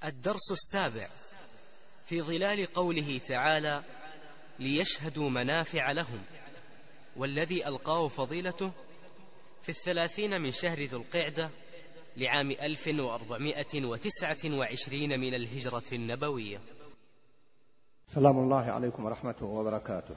الدرس السابع في ظلال قوله تعالى: ليشهدوا منافع لهم، والذي ألقاه فضيلته في 30 من شهر ذو القعدة لعام 1429 من الهجرة النبوية. سلام الله عليكم ورحمته وبركاته.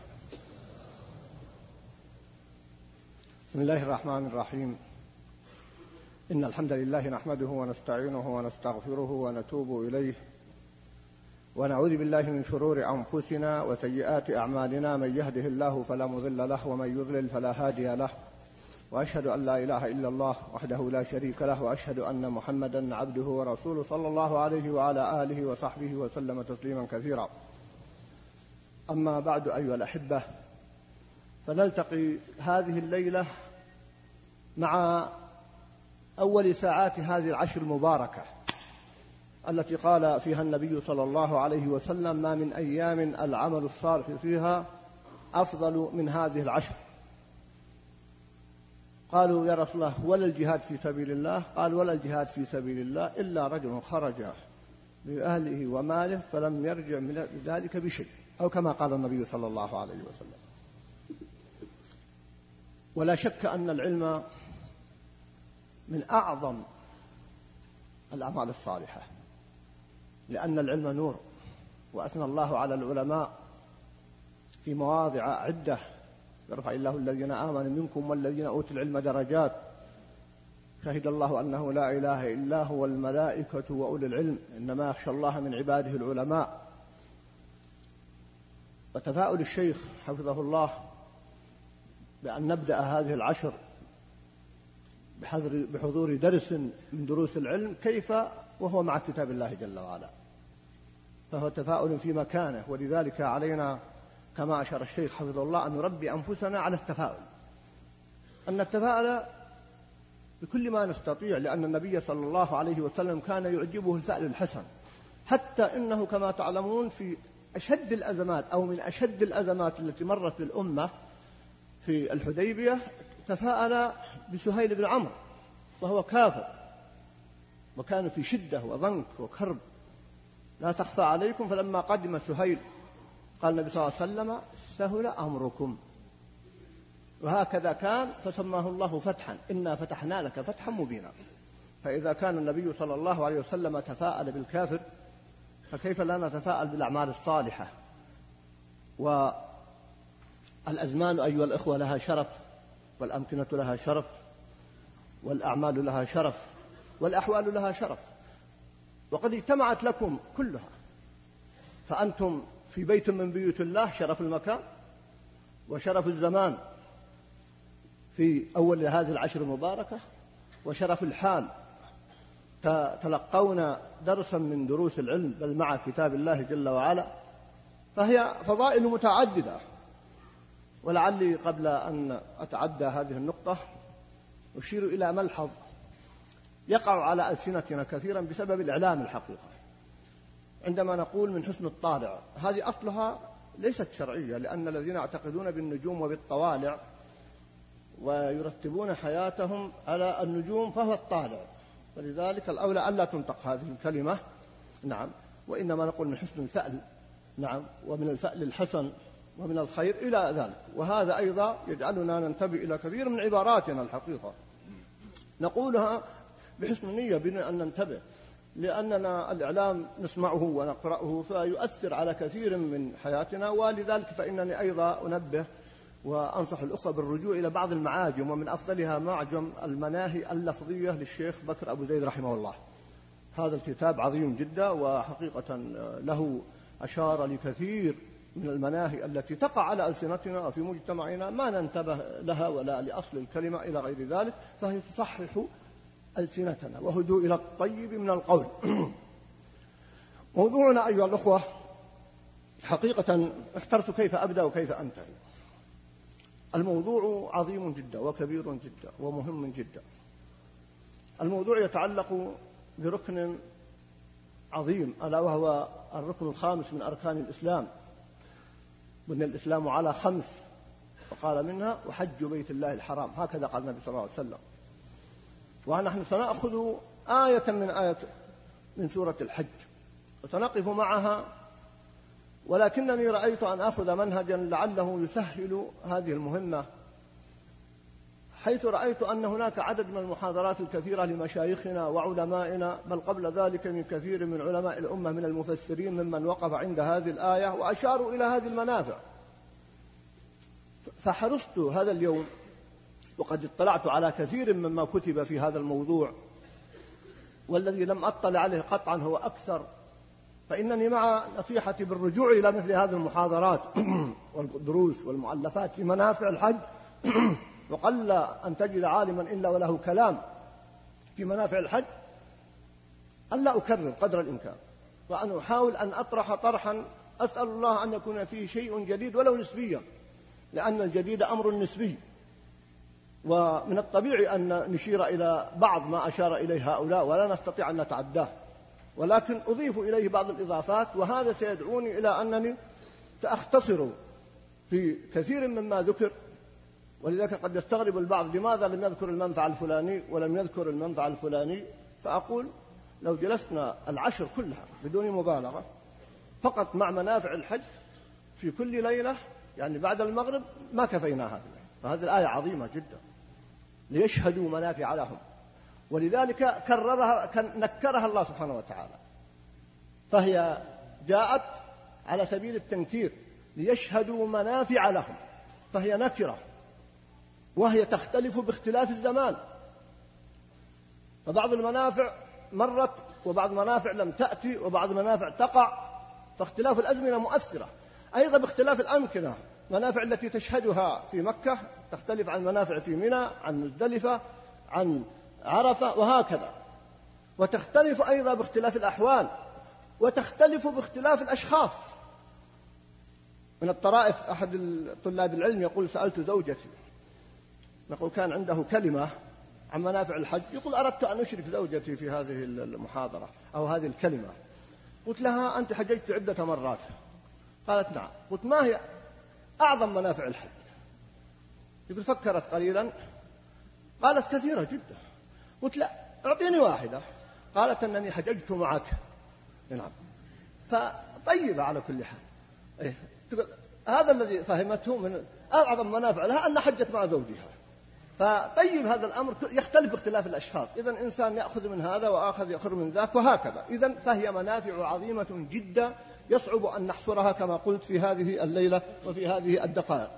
بسم الله الرحمن الرحيم. إن الحمد لله نحمده ونستعينه ونستغفره ونتوب إليه، ونعوذ بالله من شرور أنفسنا وسيئات أعمالنا، من يهده الله فلا مضل له ومن يضلل فلا هادي له، وأشهد أن لا إله إلا الله وحده لا شريك له، وأشهد أن محمدا عبده ورسوله صلى الله عليه وعلى آله وصحبه وسلم تسليما كثيرا. أما بعد أيها الأحبة، فنلتقي هذه الليلة مع أول ساعات هذه العشر المباركة التي قال فيها النبي صلى الله عليه وسلم: ما من أيام العمل الصالح فيها أفضل من هذه العشر. قالوا: يا رسول الله، ولا الجهاد في سبيل الله؟ قال: ولا الجهاد في سبيل الله إلا رجل خرج بأهله وماله فلم يرجع من ذلك بشيء، أو كما قال النبي صلى الله عليه وسلم. ولا شك أن العلم من أعظم الأعمال الصالحة، لأن العلم نور، وأثنى الله على العلماء في مواضع عدة: يرفع الله الذين آمنوا منكم والذين أوتوا العلم درجات، شهد الله أنه لا إله إلا هو والملائكة وأولي العلم، إنما يخشى الله من عباده العلماء. وتفاؤل الشيخ حفظه الله بأن نبدأ هذه العشر بحضور درس من دروس العلم، كيف وهو مع كتاب الله جل وعلا، فهو تفاؤل في مكانه. ولذلك علينا كما أشار الشيخ حفظه الله أن نربي أنفسنا على التفاؤل، أن نتفاءل بكل ما نستطيع، لأن النبي صلى الله عليه وسلم كان يعجبه الفأل الحسن، حتى إنه كما تعلمون في أشد الأزمات أو من أشد الأزمات التي مرت بالأمة في الحديبية تفاءل بسهيل بن عمرو وهو كافر، وكان في شدة وضنك وكرب لا تخفى عليكم. فلما قدم سهيل قال النبي صلى الله عليه وسلم: سهل أمركم. وهكذا كان، فسماه الله فتحا: إنا فتحنا لك فتحا مبينا. فإذا كان النبي صلى الله عليه وسلم تفاءل بالكافر، فكيف لا نتفاءل بالأعمال الصالحة؟ والأزمان أيها الإخوة لها شرف، والأمكنة لها شرف، والأعمال لها شرف، والأحوال لها شرف، وقد اجتمعت لكم كلها، فأنتم في بيت من بيوت الله، شرف المكان وشرف الزمان في أول هذه العشر المباركة، وشرف الحال، تلقون درسا من دروس العلم بل مع كتاب الله جل وعلا، فهي فضائل متعددة. ولعلي قبل أن أتعدى هذه النقطة أشير إلى ملحظ يقع على ألسنتنا كثيرا بسبب الإعلام الحقيقة. عندما نقول من حسن الطالع، هذه أصلها ليست شرعية، لأن الذين يعتقدون بالنجوم وبالطوالع ويرتبون حياتهم على النجوم فهو الطالع، ولذلك الأولى ألا تنطق هذه الكلمة، نعم، وإنما نقول من حسن الفأل، نعم، ومن الفأل الحسن ومن الخير إلى ذلك. وهذا أيضا يجعلنا ننتبه إلى كثير من عباراتنا الحقيقة نقولها بحسن النية بدون أن ننتبه، لأننا الإعلام نسمعه ونقرأه فيؤثر على كثير من حياتنا. ولذلك فإنني أيضا أنبه وأنصح الأخوة بالرجوع إلى بعض المعاجم، ومن أفضلها معجم المناهي اللفظية للشيخ بكر أبو زيد رحمه الله. هذا الكتاب عظيم جدا، وحقيقة له أشار لكثير من المناهي التي تقع على ألسنتنا وفي مجتمعنا ما ننتبه لها ولا لأصل الكلمة إلى غير ذلك، فهي تصحح ألسنتنا وهدوء إلى الطيب من القول. موضوعنا أيها الأخوة، حقيقة احترت كيف أبدأ وكيف أنتهي. الموضوع عظيم جدا وكبير جدا ومهم جدا. الموضوع يتعلق بركن عظيم، ألا وهو الركن الخامس من أركان الإسلام. بني الإسلام على 5، وقال منها: وحج بيت الله الحرام، هكذا قال النبي صلى الله عليه وسلم. ونحن سنأخذ آية من سورة الحج، وسنقف معها، ولكنني رأيت أن أخذ منهجا لعله يسهل هذه المهمة، حيث رأيت أن هناك عدد من المحاضرات الكثيرة لمشايخنا وعلمائنا، بل قبل ذلك من كثير من علماء الأمة من المفسرين ممن وقف عند هذه الآية وأشاروا إلى هذه المنافع. فحرصت هذا اليوم وقد اطلعت على كثير مما كتب في هذا الموضوع، والذي لم أطلع عليه قطعا هو أكثر، فإنني مع نصيحتي بالرجوع إلى مثل هذه المحاضرات والدروس والمؤلفات في منافع الحج وقل أن تجد عالما إلا وله كلام في منافع الحج، ألا أكرر قدر الإمكان، وأن أحاول أن أطرح طرحا أسأل الله أن يكون فيه شيء جديد ولو نسبيا، لأن الجديد أمر نسبي، ومن الطبيعي أن نشير إلى بعض ما أشار إليه هؤلاء ولا نستطيع أن نتعداه، ولكن أضيف إليه بعض الإضافات، وهذا سيدعوني إلى أنني سأختصر في كثير مما ذكر. ولذلك قد يستغرب البعض لماذا لم يذكر المنفعة الفلاني ولم يذكر المنفعة الفلاني، فأقول لو جلسنا العشر كلها بدون مبالغة فقط مع منافع الحج في كل ليلة، يعني بعد المغرب، ما كفينا هذا. فهذه الآية عظيمة جدا، ليشهدوا منافع لهم، ولذلك نكرها الله سبحانه وتعالى، فهي جاءت على سبيل التنكير، ليشهدوا منافع لهم، فهي نكرة، وهي تختلف باختلاف الزمان، فبعض المنافع مرت وبعض المنافع لم تأتي وبعض المنافع تقع، فاختلاف الأزمنة مؤثرة. أيضا باختلاف الأمكنة، منافع التي تشهدها في مكة تختلف عن منافع في منى، عن مزدلفة، عن عرفة، وهكذا. وتختلف أيضا باختلاف الأحوال، وتختلف باختلاف الأشخاص. من الطرائف أحد طلاب العلم يقول سألت زوجتي، نقول كان عنده كلمة عن منافع الحج، يقول أردت أن أشرك زوجتي في هذه المحاضرة أو هذه الكلمة. قلت لها أنت حججت عدة مرات؟ قالت نعم. قلت ما هي أعظم منافع الحج؟ يقول فكرت قليلا، قالت كثيرة جدا. قلت لا، أعطيني واحدة. قالت أنني حججت معك. نعم، فطيبة على كل حال. هذا الذي فهمته من أعظم منافع لها أن حجت مع زوجها. فطيب هذا الأمر يختلف باختلاف الأشخاص، إذن إنسان يأخذ من هذا وآخذ يأخذ من ذاك وهكذا. إذن فهي منافع عظيمة جدا يصعب أن نحصرها كما قلت في هذه الليلة وفي هذه الدقائق.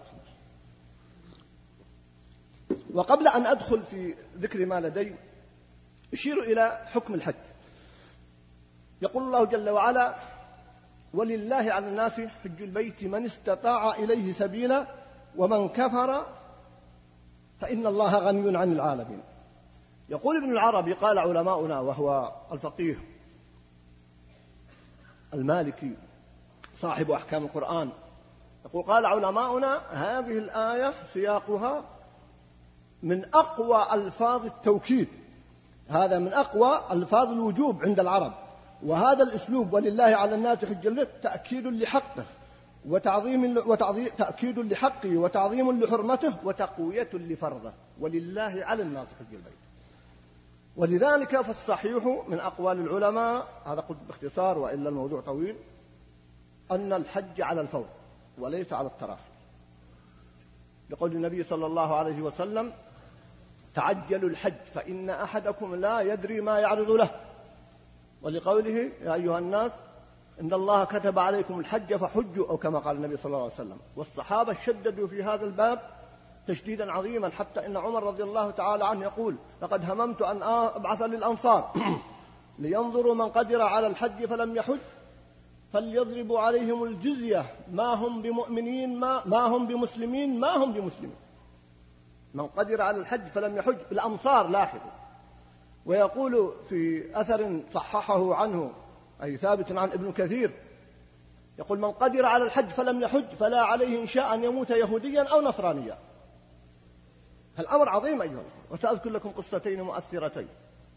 وقبل أن أدخل في ذكر ما لدي أشير إلى حكم الحج. يقول الله جل وعلا: ولله على الناس حج البيت من استطاع إليه سبيلا ومن كفر فإن الله غني عن العالمين. يقول ابن العربي قال علماؤنا، وهو الفقيه المالكي صاحب أحكام القرآن، يقول قال علماؤنا هذه الآية سياقها من أقوى ألفاظ التوكيد، هذا من أقوى ألفاظ الوجوب عند العرب، وهذا الأسلوب ولله على الناس حج البيت تأكيد لحقه تأكيد لحقه وتعظيم لحرمته وتقوية لفرضه، ولله على الناس حج البيت. ولذلك فالصحيح من أقوال العلماء، هذا قلت باختصار وإلا الموضوع طويل، أن الحج على الفور وليس على التراخي، لقول النبي صلى الله عليه وسلم: تعجلوا الحج فإن أحدكم لا يدري ما يعرض له، ولقوله: يا أيها الناس إن الله كتب عليكم الحج فحجوا، أو كما قال النبي صلى الله عليه وسلم. والصحابة شددوا في هذا الباب تشديدا عظيما، حتى إن عمر رضي الله تعالى عنه يقول: لقد هممت أن أبعث للأنصار لينظروا من قدر على الحج فلم يحج فليضربوا عليهم الجزية ما هم بمؤمنين ما هم بمسلمين ما هم بمسلمين. من قدر على الحج فلم يحج الأنصار، لاحظوا. ويقول في أثر صححه عنه أي ثابت عن ابن كثير، يقول: من قدر على الحج فلم يحج فلا عليه إن شاء أن يموت يهوديا أو نصرانيا. الأمر عظيم أيها الأخوة. وسأذكر لكم قصتين مؤثرتين.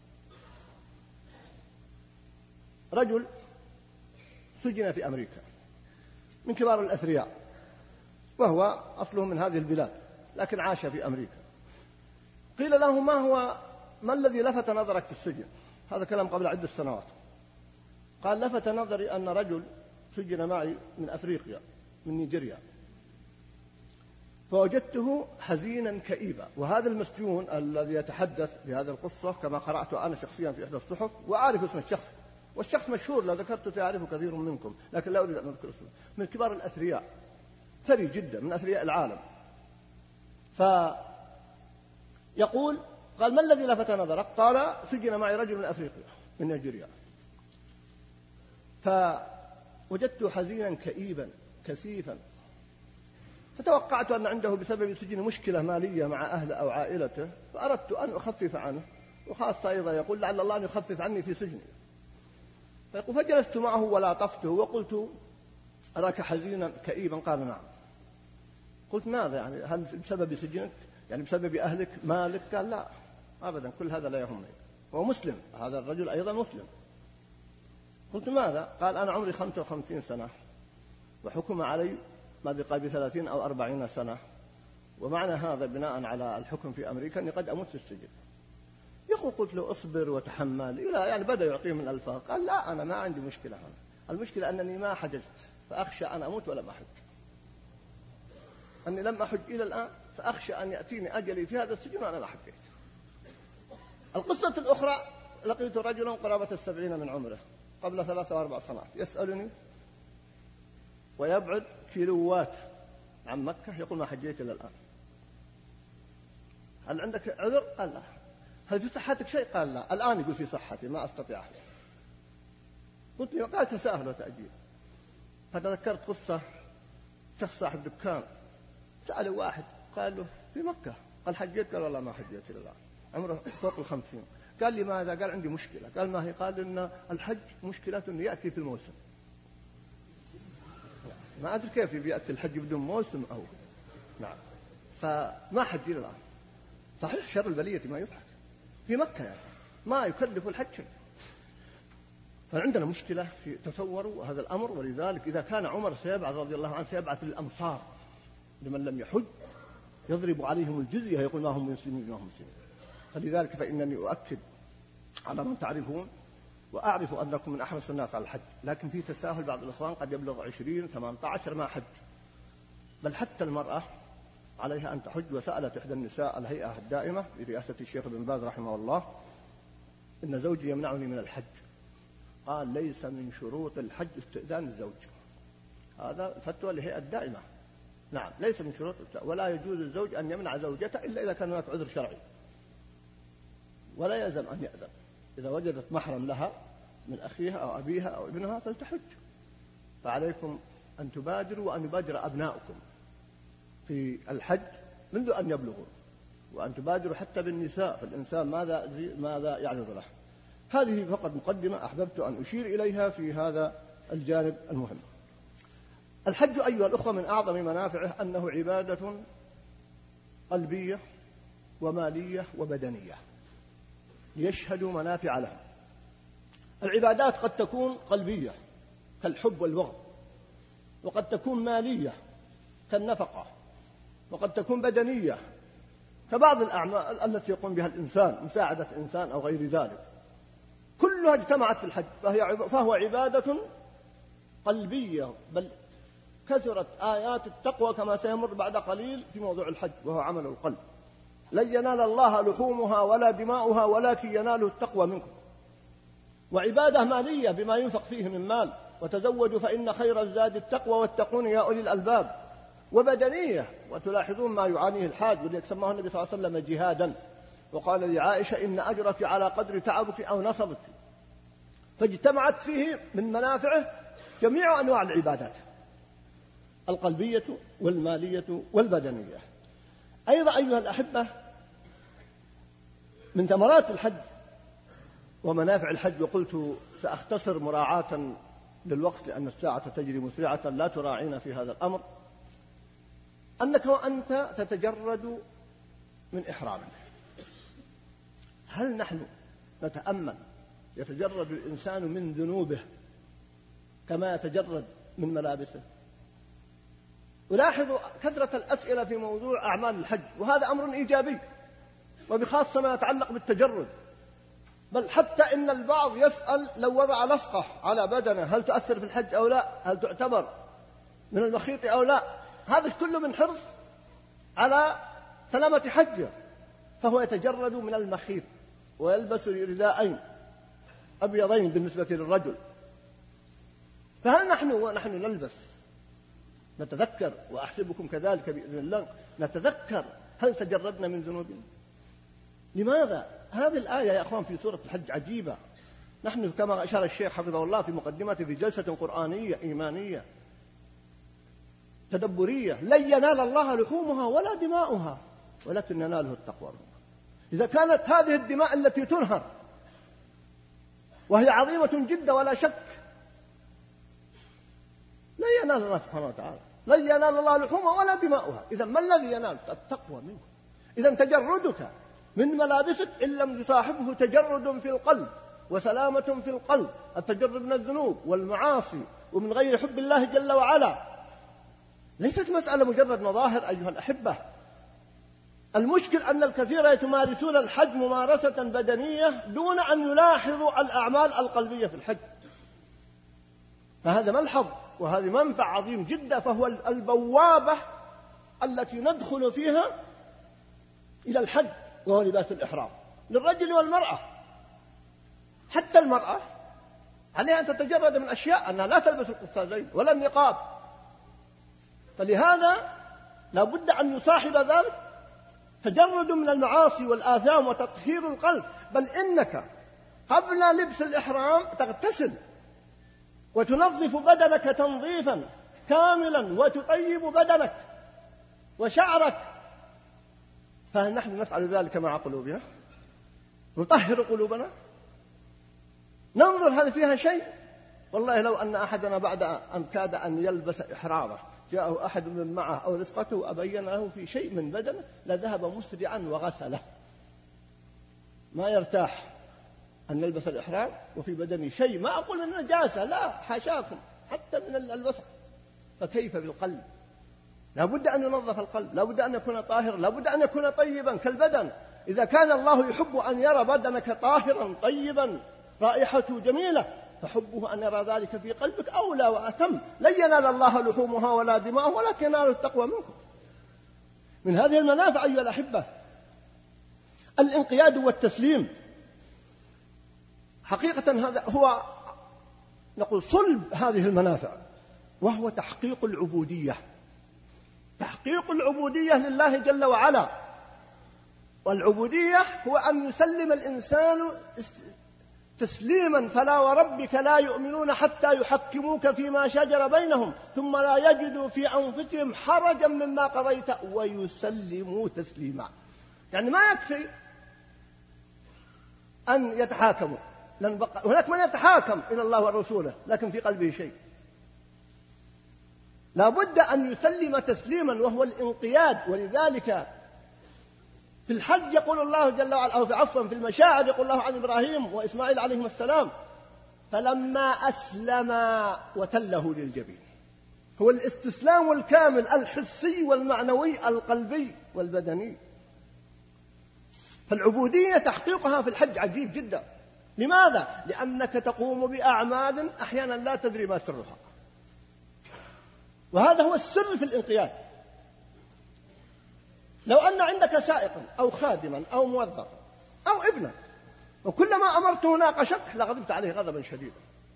رجل سجن في أمريكا من كبار الأثرياء، وهو أصله من هذه البلاد لكن عاش في أمريكا. قيل له: ما الذي لفت نظرك في السجن؟ هذا كلام قبل عدة سنوات. قال لفت نظري أن رجل سجن معي من أفريقيا من نيجيريا، فوجدته حزينا كئيبا. وهذا المسجون الذي يتحدث بهذه القصة كما قرأت أنا شخصيا في إحدى الصحف، وأعرف اسم الشخص، والشخص مشهور لو ذكرته سيعرفه كثير منكم، لكن لا أريد أن أذكر اسمه، من كبار الأثرياء، ثري جدا من أثرياء العالم. فيقول قال: ما الذي لفت نظرك؟ قال: سجن معي رجل من أفريقيا من نيجيريا، فوجدته حزينا كئيبا كثيفا، فتوقعت أن عنده بسبب السجن مشكلة مالية مع أهله أو عائلته، فأردت أن أخفف عنه، وخاصة أيضا يقول لعل الله أن يخفف عني في سجني. فيقول: فجلست معه ولاطفته وقلت: أراك حزينا كئيبا. قال: نعم. قلت: ماذا يعني؟ هل بسبب سجنك؟ يعني بسبب أهلك مالك؟ قال: لا أبدا، كل هذا لا يهمني. هو مسلم، هذا الرجل أيضا مسلم. قلت: ماذا؟ قال: أنا عمري 55 سنة وحكم علي ما بقرب 30 أو 40 سنة، ومعنى هذا بناء على الحكم في أمريكا أني قد أموت في السجن. يقول: قلت له: أصبر وتحمل. لا يعني بدأ يعطيه من الألفاظ. قال: لا، أنا ما عندي مشكلة هنا، المشكلة أنني ما حججت، فأخشى أن أموت ولم أحج، أني لم أحج إلى الآن، فأخشى أن يأتيني أجلي في هذا السجن وأنا لا حجيت. القصة الأخرى: لقيت رجلا قرابة 70 من عمره قبل 3 أو 4 سنوات يسألني ويبعد كيلوات عن مكة، يقول: ما حجيت إلى الآن، هل عندك عذر؟ قال: لا. هل في صحتك شيء؟ قال: لا. الآن يقول: في صحتي ما أستطيع أحج. قلت له: قال: تساهل وتأجيل. فتذكرت قصة شخص صاحب دكان سأله واحد قال له: في مكة، قال: حجيت؟ قال: والله ما حجيت إلى الآن، عمره فوق 50. قال: لماذا؟ قال: عندي مشكلة. قال: ما هي؟ قال: إن الحج مشكلة أنه يأتي في الموسم. ما أدري كيف يأتي الحج بدون موسم أو نعم، فما حج إلى الآن. صحيح شر البلية ما يضحك في مكة، يعني ما يكلف الحج شيء. فعندنا مشكلة في تصوروا هذا الأمر. ولذلك إذا كان عمر سيبعث رضي الله عنه سيبعث للأمصار لمن لم يحج يضرب عليهم الجزية، يقول: ما هم مسلمين ما هم مسلمين. فلذلك فإنني أؤكد على من تعرفون، وأعرف أنكم من أحرص الناس على الحج، لكن في تساهل. بعض الإخوان قد يبلغ 20 18 ما حج، بل حتى المرأة عليها أن تحج. وسألت إحدى النساء الهيئة الدائمة برئاسة الشيخ بن باز رحمه الله: إن زوجي يمنعني من الحج. قال: ليس من شروط الحج استئذان الزوج. هذا فتوى الهيئة الدائمة. نعم، ليس من شروط، ولا يجوز الزوج أن يمنع زوجته إلا إذا كان هناك عذر شرعي، ولا يلزم أن يأذن. إذا وجدت محرم لها من أخيها أو أبيها أو ابنها فلتحج. فعليكم أن تبادروا وأن يبادر أبناؤكم في الحج منذ أن يبلغوا، وأن تبادروا حتى بالنساء، فالإنسان ماذا يعرض له. هذه فقط مقدمة أحببت أن أشير إليها في هذا الجانب المهم. الحج أيها الأخوة من أعظم منافعه أنه عبادة قلبية ومالية وبدنية ليشهدوا منافع لهم. العبادات قد تكون قلبية كالحب والبغض، وقد تكون مالية كالنفقة، وقد تكون بدنية كبعض الأعمال التي يقوم بها الإنسان، مساعدة إنسان أو غير ذلك، كلها اجتمعت في الحج، فهو عبادة قلبية. بل كثرت آيات التقوى كما سيمر بعد قليل في موضوع الحج، وهو عمل القلب. لن ينال الله لحومها ولا دماؤها ولكن يناله التقوى منكم. وعبادة مالية بما ينفق فيه من مال، وتزودوا فإن خير الزاد التقوى واتقون يا أولي الألباب. وبدنية، وتلاحظون ما يعانيه الحاج، ولذلك سماه النبي صلى الله عليه وسلم جهادا، وقال لعائشة: إن أجرك على قدر تعبك أو نصبك. فاجتمعت فيه من منافعه جميع أنواع العبادات القلبية والمالية والبدنية. أيضا أيها الأحبة من ثمرات الحج ومنافع الحج، وقلت سأختصر مراعاة للوقت لأن الساعة تجري مسرعة لا تراعينا في هذا الأمر، أنك وأنت تتجرد من إحرامك. هل نحن نتأمل يتجرد الإنسان من ذنوبه كما يتجرد من ملابسه؟ ألاحظ كثرة الأسئلة في موضوع أعمال الحج، وهذا أمر إيجابي، وبخاصة ما يتعلق بالتجرد. بل حتى إن البعض يسأل لو وضع لصقة على بدنه هل تؤثر في الحج أو لا، هل تعتبر من المخيط أو لا. هذا كله من حرص على سلامة حجه، فهو يتجرد من المخيط ويلبس رداءين أبيضين بالنسبة للرجل. فهل نحن نلبس نتذكر، وأحسبكم كذلك بإذن الله نتذكر هل تجردنا من ذنوبنا؟ لماذا؟ هذه الآية يا أخوان في سورة الحج عجيبة. نحن كما أشار الشيخ حفظه الله في مقدمته في جلسة قرآنية إيمانية تدبرية: لن ينال الله لحومها ولا دماؤها ولكن يناله التقوى منها. إذا كانت هذه الدماء التي تنهر وهي عظيمة جدا ولا شك لن ينال الله سبحانه وتعالى، لن ينال الله لحومها ولا دماؤها. إذا ما الذي ينال؟ التقوى منه. إذا تجردك من ملابسك إن لم يصاحبه تجرد في القلب وسلامة في القلب، التجرد من الذنوب والمعاصي ومن غير حب الله جل وعلا، ليست مسألة مجرد مظاهر أيها الأحبة. المشكل أن الكثير يتمارسون الحج ممارسة بدنية دون أن يلاحظوا الأعمال القلبية في الحج، فهذا ملحظ وهذه منفع عظيم جدا، فهو البوابة التي ندخل فيها إلى الحج، وهو لباس الإحرام للرجل والمرأة. حتى المرأة عليها أن تتجرد من أشياء، أنها لا تلبس القفازين ولا النقاب، فلهذا لا بد أن يصاحب ذلك تجرد من المعاصي والآثام وتطهير القلب. بل إنك قبل لبس الإحرام تغتسل وتنظف بدنك تنظيفا كاملا وتطيب بدنك وشعرك. فهل نحن نفعل ذلك مع قلوبنا؟ نطهر قلوبنا؟ ننظر هل فيها شيء؟ والله لو أن أحدنا بعد أن كاد أن يلبس إحرامه جاءه أحد من معه أو رفقته أبين له في شيء من بدنه لذهب مسرعا وغسله. ما يرتاح أن يلبس الإحرام وفي بدنه شيء، ما أقول أنه نجاسة، لا حاشاكم، حتى من الوسخ. فكيف بالقلب؟ لا بد أن ينظف القلب، لا بد أن يكون طاهرا، لا بد أن يكون طيبا كالبدن. إذا كان الله يحب أن يرى بدنك طاهرا طيبا رائحته جميلة، فحبه أن يرى ذلك في قلبك أولى وأتم. لن ينال الله لحومها ولا دماؤها ولكن ينال التقوى منكم. من هذه المنافع أيها الأحبة الانقياد والتسليم. حقيقة هذا هو نقول صلب هذه المنافع، وهو تحقيق العبودية، تحقيق العبودية لله جل وعلا. والعبودية هو أن يسلم الإنسان تسليما: فلا وربك لا يؤمنون حتى يحكموك فيما شجر بينهم ثم لا يجدوا في أنفسهم حرجا مما قضيت ويسلموا تسليما. يعني ما يكفي أن يتحاكموا، لأن هناك من يتحاكم إلى الله ورسوله لكن في قلبه شيء. لا بد أن يسلم تسليما وهو الانقياد. ولذلك في الحج يقول الله جل وعلا، أو عفوا في المشاعر يقول الله عن إبراهيم وإسماعيل عليهم السلام: فلما أسلما وتله للجبين. هو الاستسلام الكامل الحسي والمعنوي القلبي والبدني. فالعبودية تحقيقها في الحج عجيب جدا. لماذا؟ لأنك تقوم بأعمال أحيانا لا تدري ما سرها، وهذا هو السر في الانقياد. لو أن عندك سائقا أو خادما أو موظفا أو ابنا وكلما أمرته ناقشك لغضبت عليه غضبا شديدا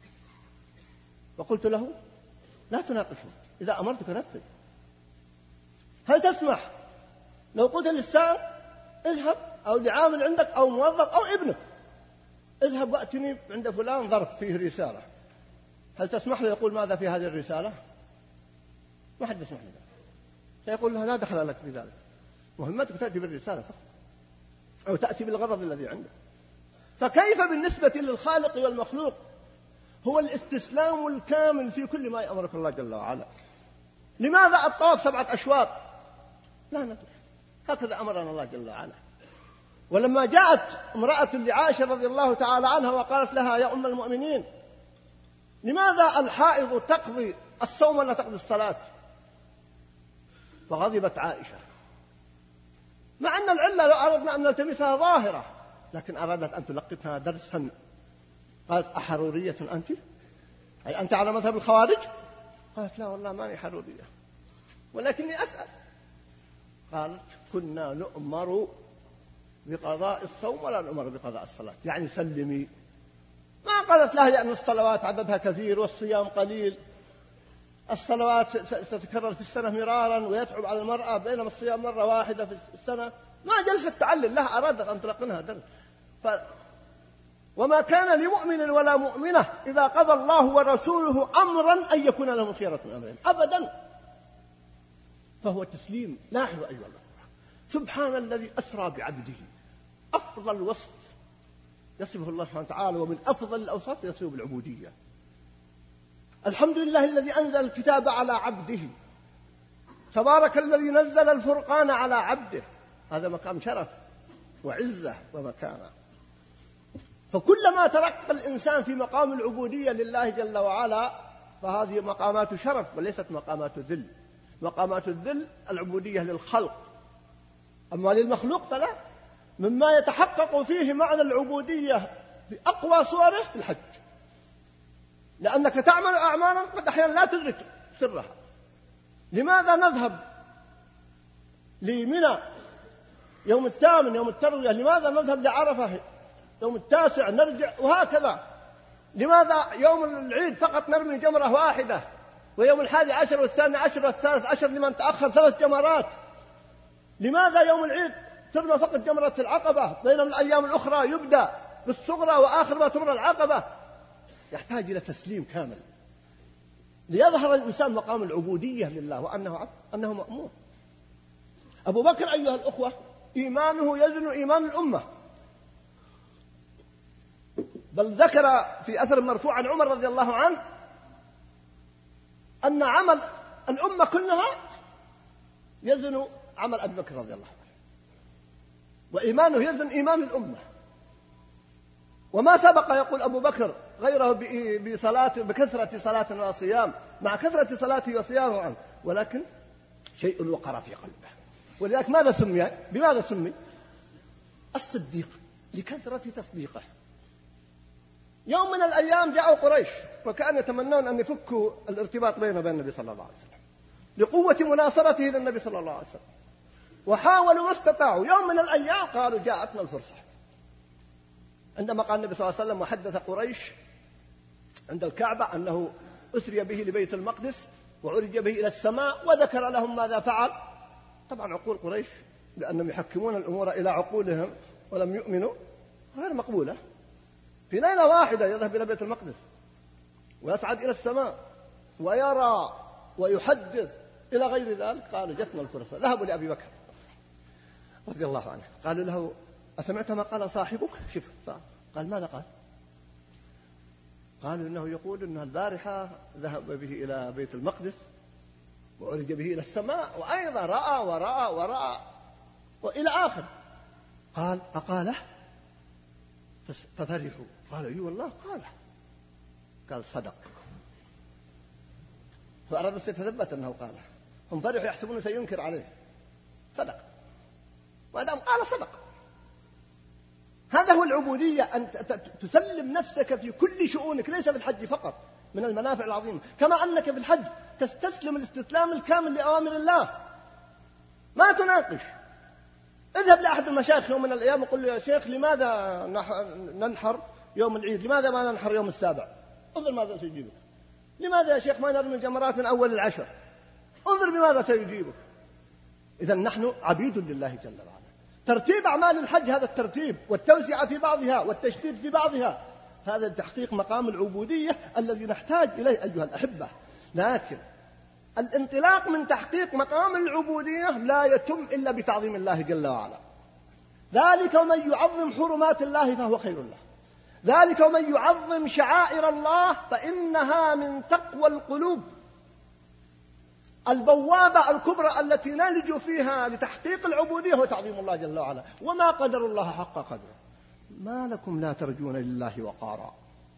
وقلت له لا تناقشه، إذا أمرتك نفذ. هل تسمح لو قلت للسائق اذهب، أو لعامل عندك أو موظف أو ابنك اذهب وأتني عند فلان ظرف فيه رسالة، هل تسمح له يقول ماذا في هذه الرسالة؟ ما حد يسمح له، سيقول له لا دخل لك بذلك، مهمتك تأتي بالرسالة فقط أو تأتي بالغرض الذي عندك. فكيف بالنسبة للخالق والمخلوق؟ هو الاستسلام الكامل في كل ما يأمرك الله جل وعلا. لماذا الطواف 7 أشواط؟ لا ندري، هكذا أمرنا الله جل وعلا. ولما جاءت امرأة لعائشة رضي الله تعالى عنها وقالت لها يا أم المؤمنين لماذا الحائض تقضي الصوم ولا تقضي الصلاة؟ فغضبت عائشة، مع أن العلة لو أردنا أن نلتمسها ظاهرة، لكن أرادت أن تلقنها درسا. قالت: أحرورية أنت؟ أي أنت على مذهب الخوارج؟ قالت: لا والله ماني حرورية، ولكني أسأل. قالت: كنا نؤمر بقضاء الصوم ولا نؤمر بقضاء الصلاة، يعني سلمي. ما قالت لها لأن الصلوات عددها كثير والصيام قليل، الصلوات ستتكرر في السنة مرارا ويتعب على المرأة، بينما الصيام مرة واحدة في السنة. ما جلست تعلل لها، أرادت أن تلقنها درس. وما كان لمؤمن ولا مؤمنة إذا قضى الله ورسوله أمرا أن يكون لهم خيرة من أمرهم أبدا، فهو تسليم. لاحظوا أيها الأخوة، سبحان الذي أسرى بعبده، أفضل وصف يصفه الله سبحانه وتعالى ومن أفضل الأوصاف يصفه بالعبودية. الحمد لله الذي أنزل الكتاب على عبده، تبارك الذي نزل الفرقان على عبده. هذا مقام شرف وعزة ومكانة. فكلما ترقى الإنسان في مقام العبودية لله جل وعلا فهذه مقامات شرف وليست مقامات ذل. مقامات الذل العبودية للخلق، أما للمخلوق فلا. مما يتحقق فيه معنى العبودية بأقوى صوره في الحج، لأنك تعمل أعمالا قد أحيانا لا تدرك سرها. لماذا نذهب لمنى يوم الثامن يوم التروية؟ لماذا نذهب لعرفة يوم التاسع نرجع وهكذا؟ لماذا يوم العيد فقط نرمي جمرة واحدة، ويوم 11 والثاني عشر والثالث عشر لمن تأخر 3 جمرات؟ لماذا يوم العيد ترمى فقط جمرة العقبة، بينما الأيام الأخرى يبدأ بالصغرى وآخر ما تمر العقبة؟ يحتاج إلى تسليم كامل ليظهر الإنسان مقام العبودية لله وأنه عبد، أنه مأمور. أبو بكر أيها الأخوة إيمانه يزن إيمان الأمة، بل ذكر في أثر مرفوع عن عمر رضي الله عنه أن عمل الأمة كلها يزن عمل أبي بكر رضي الله عنه، وإيمانه يزن إيمان الأمة. وما سبق يقول أبو بكر غيره بكثرة صلاة وصيام، مع كثرة صلاته وصيامه عنه، ولكن شيء وقر في قلبه. ولذلك ماذا سمي؟ بماذا سمي؟ الصديق، لكثرة تصديقه. يوم من الأيام جاءوا قريش وكانوا يتمنون أن يفكوا الارتباط بينه وبين النبي صلى الله عليه وسلم لقوة مناصرته للنبي صلى الله عليه وسلم، وحاولوا ما استطاعوا. يوم من الأيام قالوا جاءتنا الفرصة، عندما قال النبي صلى الله عليه وسلم وحدث قريش عند الكعبة أنه أسري به لبيت المقدس وعرج به إلى السماء، وذكر لهم ماذا فعل. طبعا عقول قريش لأنهم يحكمون الأمور إلى عقولهم ولم يؤمنوا غير مقبولة. في ليلة واحدة يذهب إلى بيت المقدس ويصعد إلى السماء ويرى ويحدث إلى غير ذلك. قالوا جتنا الفرصة. ذهبوا لأبي بكر رضي الله عنه قالوا له أسمعت ما قال صاحبك؟ شوف قال ماذا قال؟ قالوا إنه يقول إن البارحة ذهب به إلى بيت المقدس وعرج به إلى السماء، وأيضا رأى ورأى ورأى وإلى آخر. قال أقاله؟ ففرحوا قالوا أي والله قاله. قال صدق. فأرادوا يتثبت أنه قاله، هم فرحوا يحسبون سينكر عليه. صدق، ما دام قال صدق. هذا هو العبودية، أن تسلم نفسك في كل شؤونك، ليس في الحج فقط من المنافع العظيمة، كما أنك في الحج تستسلم الاستسلام الكامل لأوامر الله، ما تناقش. اذهب لأحد المشايخ يوم من الأيام وقل له يا شيخ لماذا ننحر يوم العيد؟ لماذا ما ننحر يوم السابع؟ انظر ماذا سيجيبك. لماذا يا شيخ ما نرمي الجمرات من أول العشر؟ انظر بماذا سيجيبك. إذا نحن عبيد لله جل وعلا. ترتيب أعمال الحج هذا الترتيب والتوسعة في بعضها والتشديد في بعضها، هذا تحقيق مقام العبودية الذي نحتاج إليه أيها الأحبة. لكن الانطلاق من تحقيق مقام العبودية لا يتم إلا بتعظيم الله جل وعلا. ذلك ومن يعظم حرمات الله فهو خير له. ذلك ومن يعظم شعائر الله فإنها من تقوى القلوب. البوابة الكبرى التي نلج فيها لتحقيق العبودية هو تعظيم الله جل وعلا. وما قدر الله حق قدره. ما لكم لا ترجون لله وقارا.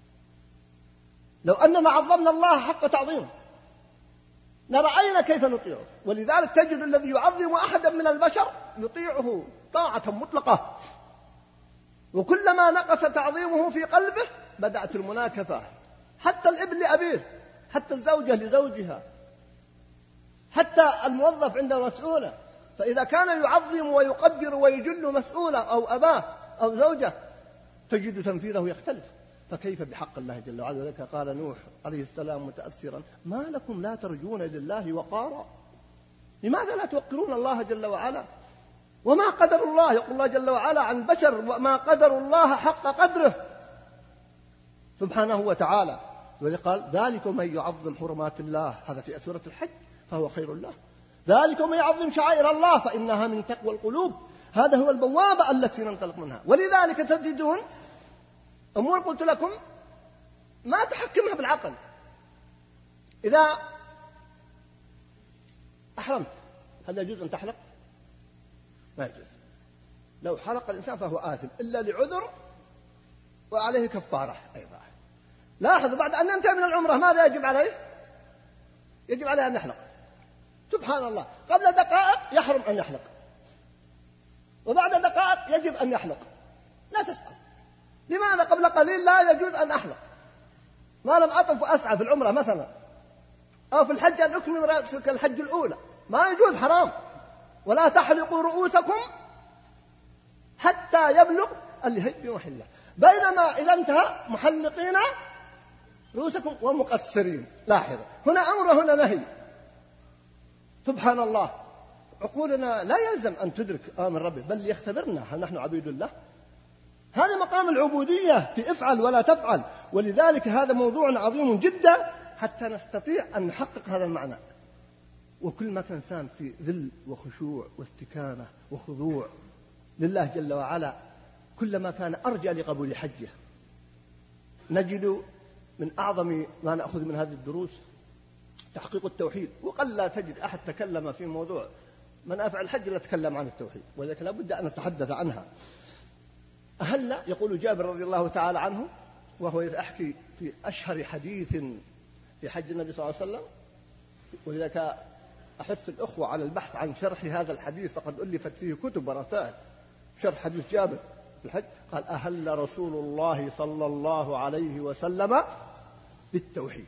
لو أننا عظمنا الله حق تعظيمه لرأينا كيف نطيعه. ولذلك تجد الذي يعظم أحدا من البشر يطيعه طاعة مطلقة. وكلما نقص تعظيمه في قلبه بدأت المناكفة، حتى الابن لأبيه، حتى الزوجة لزوجها، حتى الموظف عند مسؤوله. فإذا كان يعظم ويقدر ويجل مسؤوله أو أباه أو زوجه تجد تنفيذه يختلف، فكيف بحق الله جل وعلا؟ ولذلك قال نوح عليه السلام متأثرا: ما لكم لا ترجون لله وقارا؟ لماذا لا توقرون الله جل وعلا؟ وما قدر الله، يقول الله جل وعلا عن بشر: وما قدر الله حق قدره سبحانه وتعالى. ولذلك قال: ذلك من يعظم حرمات الله، هذا في سورة الحج، فهو خير له. ذلك من يعظم شعائر الله فإنها من تقوى القلوب. هذا هو البوابة التي ننطلق منها. ولذلك تجدون أمور قلت لكم ما تحكمها بالعقل. إذا أحرمت هل يجوز أن تحلق؟ ما يجوز. لو حلق الإنسان فهو آثم إلا لعذر وعليه كفارة أيضا. لاحظوا بعد أن ننتهي من العمرة ماذا يجب عليه؟ يجب عليه أن يحلق. سبحان الله، قبل دقائق يحرم أن يحلق، وبعد دقائق يجب أن يحلق. لا تسأل لماذا قبل قليل لا يجوز أن أحلق، ما لم أطف وأسعى في العمرة مثلا أو في الحج أن أكمل رأسك الحج الأولى، ما يجوز، حرام. ولا تحلقوا رؤوسكم حتى يبلغ الهدي بمحله. بينما إذا انتهى محلقين رؤوسكم ومقصرين. لاحظوا هنا أمر وهنا نهي. سبحان الله، عقولنا لا يلزم أن تدرك أمر ربه، بل يختبرنا هل نحن عبيد الله. هذا مقام العبودية في افعل ولا تفعل. ولذلك هذا موضوع عظيم جدا حتى نستطيع أن نحقق هذا المعنى. وكل ما كان إنسان في ذل وخشوع واستكانة وخضوع لله جل وعلا كلما كان أرجى لقبول حجه. نجد من أعظم ما نأخذ من هذه الدروس تحقيق التوحيد. وقل لا تجد أحد تكلم في موضوع منافع الحج لا تكلم عن التوحيد، ولذلك لا بد أن نتحدث عنها. أهل يقول جابر رضي الله تعالى عنه وهو يحكي في أشهر حديث في حج النبي صلى الله عليه وسلم، ولذلك أحث الأخوة على البحث عن شرح هذا الحديث فقد ألفت فيه كتب ورسائل. شرح حديث جابر في الحج قال: أهل رسول الله صلى الله عليه وسلم بالتوحيد،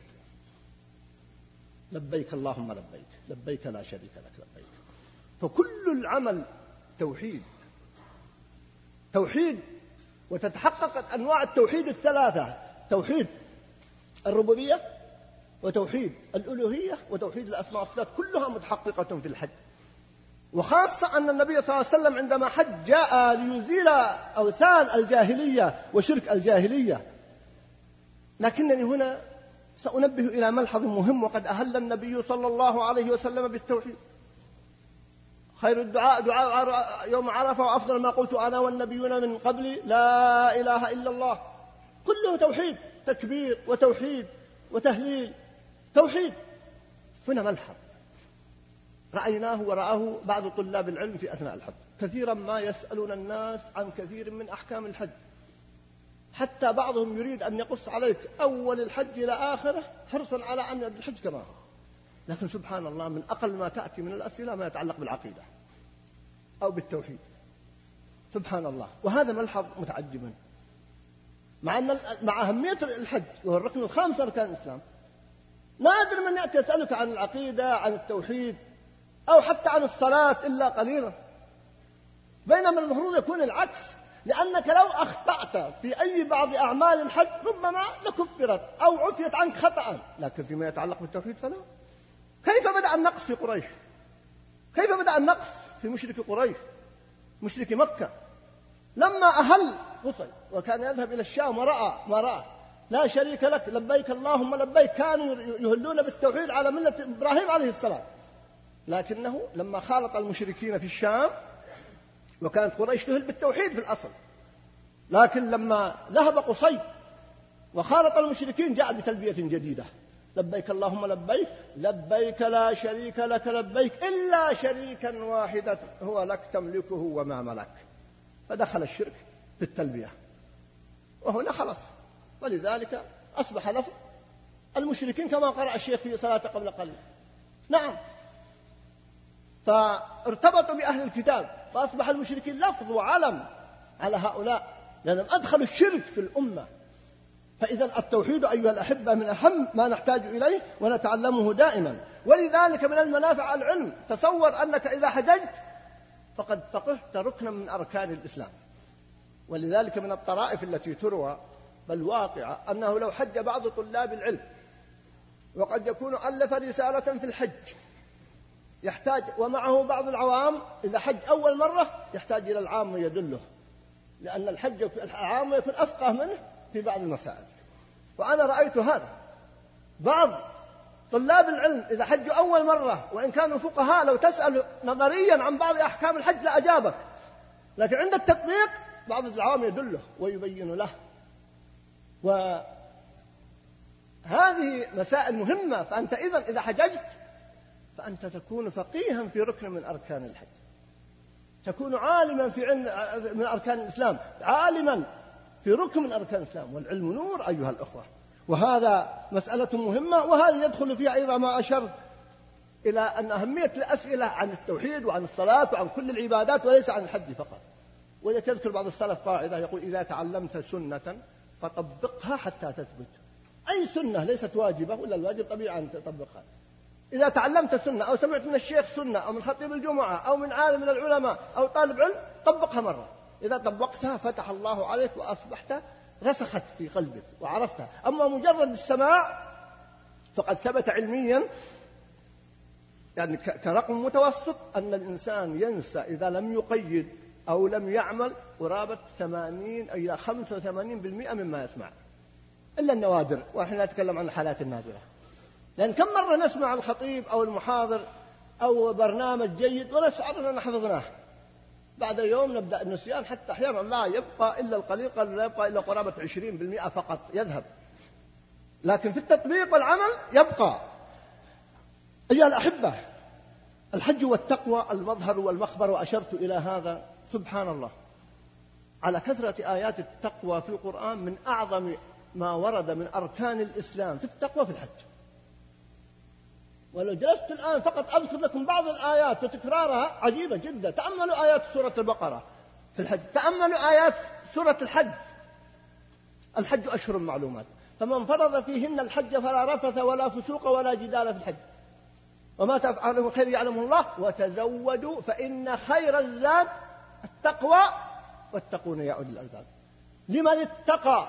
لبيك اللهم لبيك، لبيك لا شريك لك لبيك. فكل العمل توحيد توحيد. وتتحقق أنواع التوحيد الثلاثة: توحيد الربوبية وتوحيد الألوهية وتوحيد الأسماء والصفات، كلها متحققة في الحج. وخاصة أن النبي صلى الله عليه وسلم عندما حج جاء ليزيل أوثان الجاهلية وشرك الجاهلية. لكنني هنا سأنبه إلى ملحظ مهم. وقد أهل النبي صلى الله عليه وسلم بالتوحيد. خير الدعاء دعاء يوم عرفة، وأفضل ما قلت أنا والنبيون من قبلي لا إله إلا الله. كله توحيد، تكبير وتوحيد وتهليل، توحيد. هنا ملحظ رأيناه ورآه بعض طلاب العلم في أثناء الحج. كثيرا ما يسألون الناس عن كثير من أحكام الحج، حتى بعضهم يريد أن يقص عليك أول الحج إلى آخره حرصا على أن الحج كما هو. لكن سبحان الله من أقل ما تأتي من الأسئلة ما يتعلق بالعقيدة أو بالتوحيد. سبحان الله. وهذا ملحظ متعجب مع أهمية الحج وهو الركن الخامس من أركان الإسلام. نادر من يأتي يسألك عن العقيدة، عن التوحيد، أو حتى عن الصلاة إلا قليلا. بينما المفروض يكون العكس، لأنك لو أخطأت في أي بعض أعمال الحج ربما لكفرت أو عفيت عنك خطأ، لكن فيما يتعلق بالتوحيد فلا. كيف بدأ النقص في قريش؟ كيف بدأ النقص في مشرك قريش، مشرك مكة؟ لما أهل قصي وكان يذهب إلى الشام ورأى ما رأى لا شريك لك لبيك اللهم لبيك، كانوا يهلون بالتوحيد على ملة إبراهيم عليه السلام. لكنه لما خالط المشركين في الشام، وكانت قريش تهل بالتوحيد في الأصل، لكن لما ذهب قصي وخالط المشركين جاء بتلبية جديدة: لبيك اللهم لبيك، لبيك لا شريك لك لبيك إلا شريكا واحدا هو لك تملكه وما ملك. فدخل الشرك في التلبية، وهنا خلص. ولذلك أصبح لفظ المشركين كما قرأ الشيخ في صلاة قبل قليل. نعم، فارتبطوا بأهل الكتاب، فأصبح المشركين لفظ وعلم على هؤلاء. لأنهم أدخلوا الشرك في الأمة. فإذا التوحيد أيها الأحبة من أهم ما نحتاج إليه ونتعلمه دائما. ولذلك من المنافع العلم. تصور أنك إذا حججت فقد فقهت ركنا من أركان الإسلام. ولذلك من الطرائف التي تروى بل واقعة أنه لو حج بعض طلاب العلم وقد يكون ألف رسالة في الحج يحتاج ومعه بعض العوام، إذا حج أول مرة يحتاج إلى العام يدله، لأن الحج العام يكون أفقه منه في بعض المسائل. وأنا رأيت هذا، بعض طلاب العلم إذا حجوا أول مرة وإن كانوا فقهاء لو تسأل نظريا عن بعض أحكام الحج لأجابك، لكن عند التطبيق بعض العوام يدله ويبين له. وهذه مسائل مهمة. فأنت إذا حججت فأنت تكون فقيها في ركن من أركان الحج، تكون عالما في علم من أركان الإسلام، عالما في ركن من أركان الإسلام. والعلم نور أيها الأخوة، وهذا مسألة مهمة. وهذا يدخل فيها أيضا ما أشرت إلى أن أهمية الأسئلة عن التوحيد وعن الصلاة وعن كل العبادات وليس عن الحج فقط. ويذكر بعض السلف قاعدة يقول: إذا تعلمت سنة فطبقها حتى تثبت. أي سنة ليست واجبة ولا الواجب طبيعي أن تطبقها. إذا تعلمت سنة أو سمعت من الشيخ سنة أو من خطيب الجمعة أو من عالم من العلماء أو طالب علم، طبقها مرة. إذا طبقتها فتح الله عليك وأصبحت رسخت في قلبك وعرفتها. أما مجرد السماع فقد ثبت علميا يعني كرقم متوسط أن الإنسان ينسى إذا لم يقيد أو لم يعمل قرابة 80 إلى 85% مما يسمع، إلا النوادر، ونحن نتكلم عن الحالات النادرة. لأن كم مرة نسمع الخطيب أو المحاضر أو برنامج جيد ونشعر أننا حفظناه، بعد يوم نبدأ النسيان، حتى أحيانا لا يبقى إلا القليل، قال لا يبقى إلا قرابة 20% فقط يذهب، لكن في التطبيق والعمل يبقى. أيها الأحبة، الحج والتقوى المظهر والمخبر، وأشرت إلى هذا. سبحان الله، على كثرة آيات التقوى في القرآن، من أعظم ما ورد من أركان الإسلام في التقوى في الحج. ولو جلست الآن فقط أذكر لكم بعض الآيات وتكرارها عجيبة جدا. تأملوا آيات سورة البقرة في الحج، تأملوا آيات سورة الحج. الحج أشهر معلومات، فمن فرض فيهن الحج فلا رفث ولا فسوق ولا جدال في الحج، وما تفعلوا من خير يعلمه الله، وتزودوا فإن خير الزاد التقوى واتقون يا أولي الألباب. لمن اتقى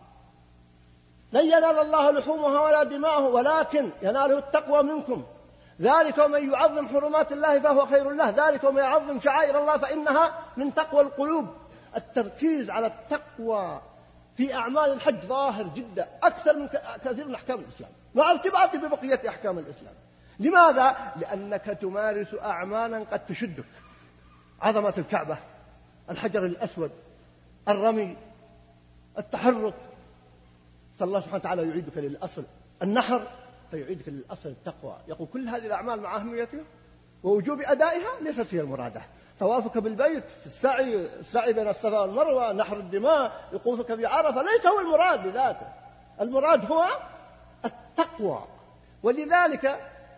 لن ينال الله لحومها ولا دماؤه ولكن يناله التقوى منكم، ذلك ومن يعظم حرمات الله فهو خير له، ذلك ومن يعظم شعائر الله فإنها من تقوى القلوب. التركيز على التقوى في أعمال الحج ظاهر جدا أكثر من كثير من أحكام الإسلام، مع ارتباطه ببقية أحكام الإسلام. لماذا؟ لأنك تمارس أعمالا قد تشدك، عظمة الكعبة، الحجر الأسود، الرمي، التحرك، فالله سبحانه وتعالى يعيدك للأصل، النحر فيعيدك للأصل التقوى. يقول كل هذه الأعمال مع أهميتها ووجوب أدائها ليست هي المرادة. طوافك بالبيت، السعي بين الصفا والمروة، نحر الدماء، وقوفك في عرفة ليس هو المراد بذاته، المراد هو التقوى. ولذلك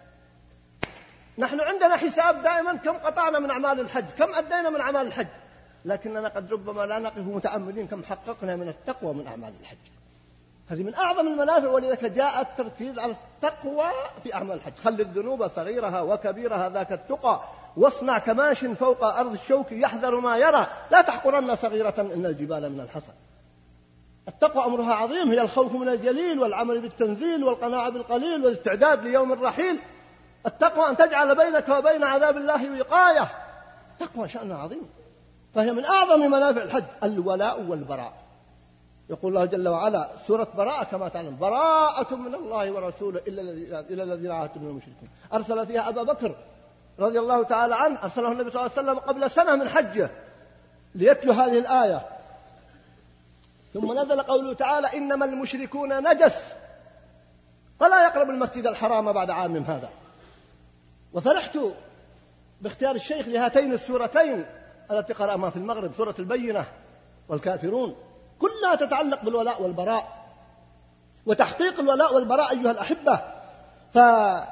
نحن عندنا حساب دائما كم قطعنا من أعمال الحج، كم أدينا من أعمال الحج، لكننا قد ربما لا نقف متأملين كم حققنا من التقوى من أعمال الحج. هذه من أعظم المنافع، ولذلك جاء التركيز على التقوى في أعمال الحج. خل الذنوب صغيرها وكبيرها ذاك التقى، واصنع كماش فوق أرض الشوك يحذر ما يرى، لا تحقرن صغيرة إن الجبال من الحصى. التقوى أمرها عظيم، هي الخوف من الجليل والعمل بالتنزيل والقناعة بالقليل والاستعداد ليوم الرحيل. التقوى أن تجعل بينك وبين عذاب الله وقاية. التقوى شأنها عظيم، فهي من أعظم منافع الحج. الولاء والبراء، يقول الله جل وعلا سورة براءة كما تعلم: براءة من الله ورسوله إلى الذين عاهدتم من المشركين. أرسل فيها أبا بكر رضي الله تعالى عنه، أرسله النبي صلى الله عليه وسلم قبل سنة من حجه ليتلو هذه الآية. ثم نزل قوله تعالى: إنما المشركون نجس فلا يقرب المسجد الحرام بعد عام هذا. وفرحت باختيار الشيخ لهاتين السورتين التي قرأنا في المغرب، سورة البينة والكافرون، كلها تتعلق بالولاء والبراء وتحقيق الولاء والبراء. أيها الأحبة، ففي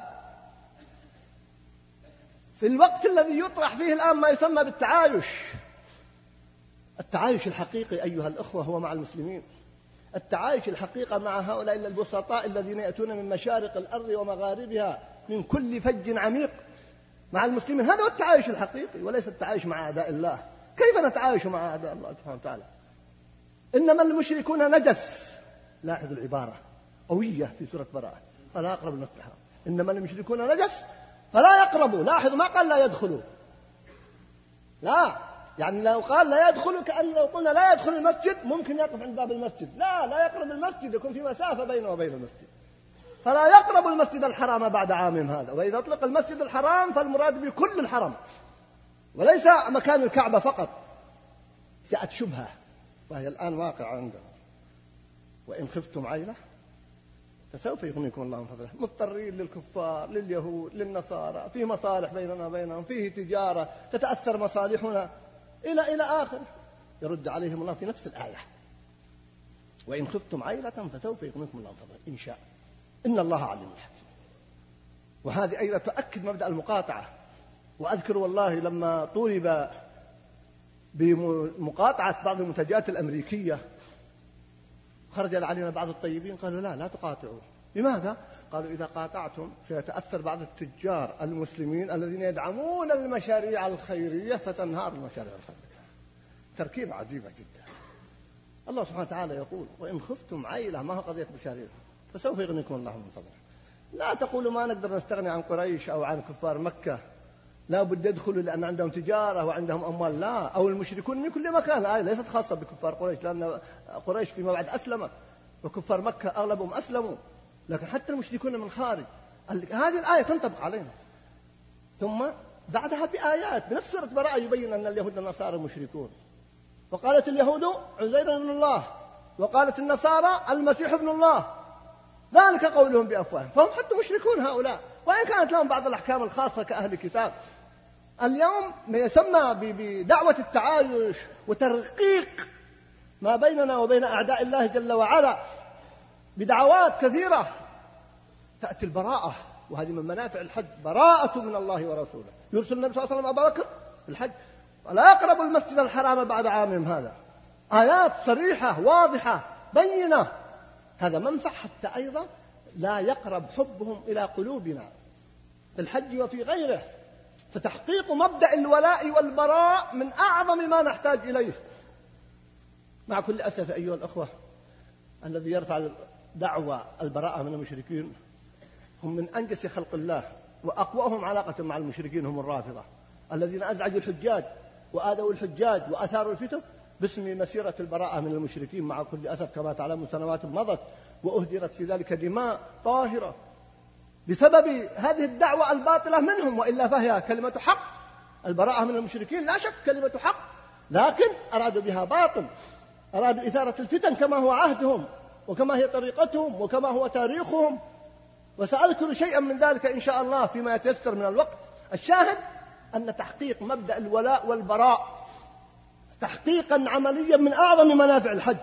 الوقت الذي يطرح فيه الآن ما يسمى بالتعايش، التعايش الحقيقي أيها الأخوة هو مع المسلمين. التعايش الحقيقة مع هؤلاء البسطاء الذين يأتون من مشارق الأرض ومغاربها من كل فج عميق مع المسلمين، هذا هو التعايش الحقيقي، وليس التعايش مع أعداء الله. كيف نتعايش مع أعداء الله سبحانه وتعالى؟ إنما المشركون نجس. لاحظوا العبارة قوية في سورة براءة: فلا يقربوا المسجد الحرام. إنما المشركون نجس فلا يقربوا. لاحظوا ما قال لا يدخلوا، لا، يعني لو قال لا يدخلوا كأن لو قلنا لا يدخل المسجد ممكن يقف عند باب المسجد. لا يقرب المسجد، يكون في مسافة بينه وبين المسجد. فلا يقرب المسجد الحرام بعد عامهم هذا. وإذا أطلق المسجد الحرام فالمراد بكل الحرم وليس مكان الكعبة فقط. جاءت شبهة وهي الآن واقع عندنا: وإن خفتم عيلة فسوف يغنيكم الله من فضله. مضطرين للكفار، لليهود، للنصارى، في مصالح بيننا وبينهم، فيه تجارة تتأثر مصالحنا إلى آخره. يرد عليهم الله في نفس الآية: وإن خفتم عيلة فسوف يغنيكم الله من فضله إن شاء إن الله عليم حكيم. وهذه أيضا تؤكد مبدأ المقاطعة. وأذكر والله لما طولب بمقاطعة بعض المنتجات الأمريكية خرج علينا بعض الطيبين قالوا لا تقاطعوا. لماذا؟ قالوا إذا قاطعتم سيتأثر بعض التجار المسلمين الذين يدعمون المشاريع الخيرية فتنهار المشاريع الخيرية. تركيبة عجيبة جدا. الله سبحانه وتعالى يقول: وإن خفتم عيلة، ما هو قضية مشاريع، فسوف يغنيكم الله من فضله. لا تقولوا ما نقدر نستغني عن قريش أو عن كفار مكة، لا بد يدخلوا لأن عندهم تجارة وعندهم أموال. لا، أو المشركون من كل مكان. الآية ليست خاصة بكفار قريش، لأن قريش فيما بعد أسلمت وكفار مكة أغلبهم أسلموا، لكن حتى المشركون من خارج هذه الآية تنطبق علينا. ثم بعدها بآيات بنفس سورة براءة يبين أن اليهود والنصارى مشركون. وقالت اليهود عزير ابن الله وقالت النصارى المسيح ابن الله، ذلك قولهم بأفواههم، فهم حتى مشركون هؤلاء، وإن كانت لهم بعض الأحكام الخاصة كأهل الكتاب. اليوم ما يسمى بدعوة التعايش وترقيق ما بيننا وبين أعداء الله جل وعلا بدعوات كثيرة. تأتي البراءة، وهذه من منافع الحج: براءة من الله ورسوله. يرسل النبي صلى الله عليه وسلم أبا بكر في الحج: ولا يقرب المسجد الحرام بعد عامهم هذا. آيات صريحة واضحة بينة. هذا منفع حتى أيضا لا يقرب حبهم إلى قلوبنا في الحج وفي غيره. فتحقيق مبدأ الولاء والبراء من أعظم ما نحتاج إليه. مع كل أسف أيها الأخوة، الذي يرفع دعوى البراءة من المشركين هم من أنجس خلق الله، وأقواهم علاقة مع المشركين هم الرافضة الذين أزعجوا الحجاج وآذوا الحجاج وأثاروا الفتن باسم مسيرة البراءة من المشركين. مع كل أسف كما تعلمون سنوات مضت وأهدرت في ذلك دماء طاهرة بسبب هذه الدعوة الباطلة منهم، وإلا فهي كلمة حق. البراءة من المشركين لا شك كلمة حق، لكن أرادوا بها باطل، أرادوا إثارة الفتن كما هو عهدهم وكما هي طريقتهم وكما هو تاريخهم. وسأذكر شيئا من ذلك إن شاء الله فيما يتيسر من الوقت. الشاهد أن تحقيق مبدأ الولاء والبراء تحقيقا عمليا من أعظم منافع الحج.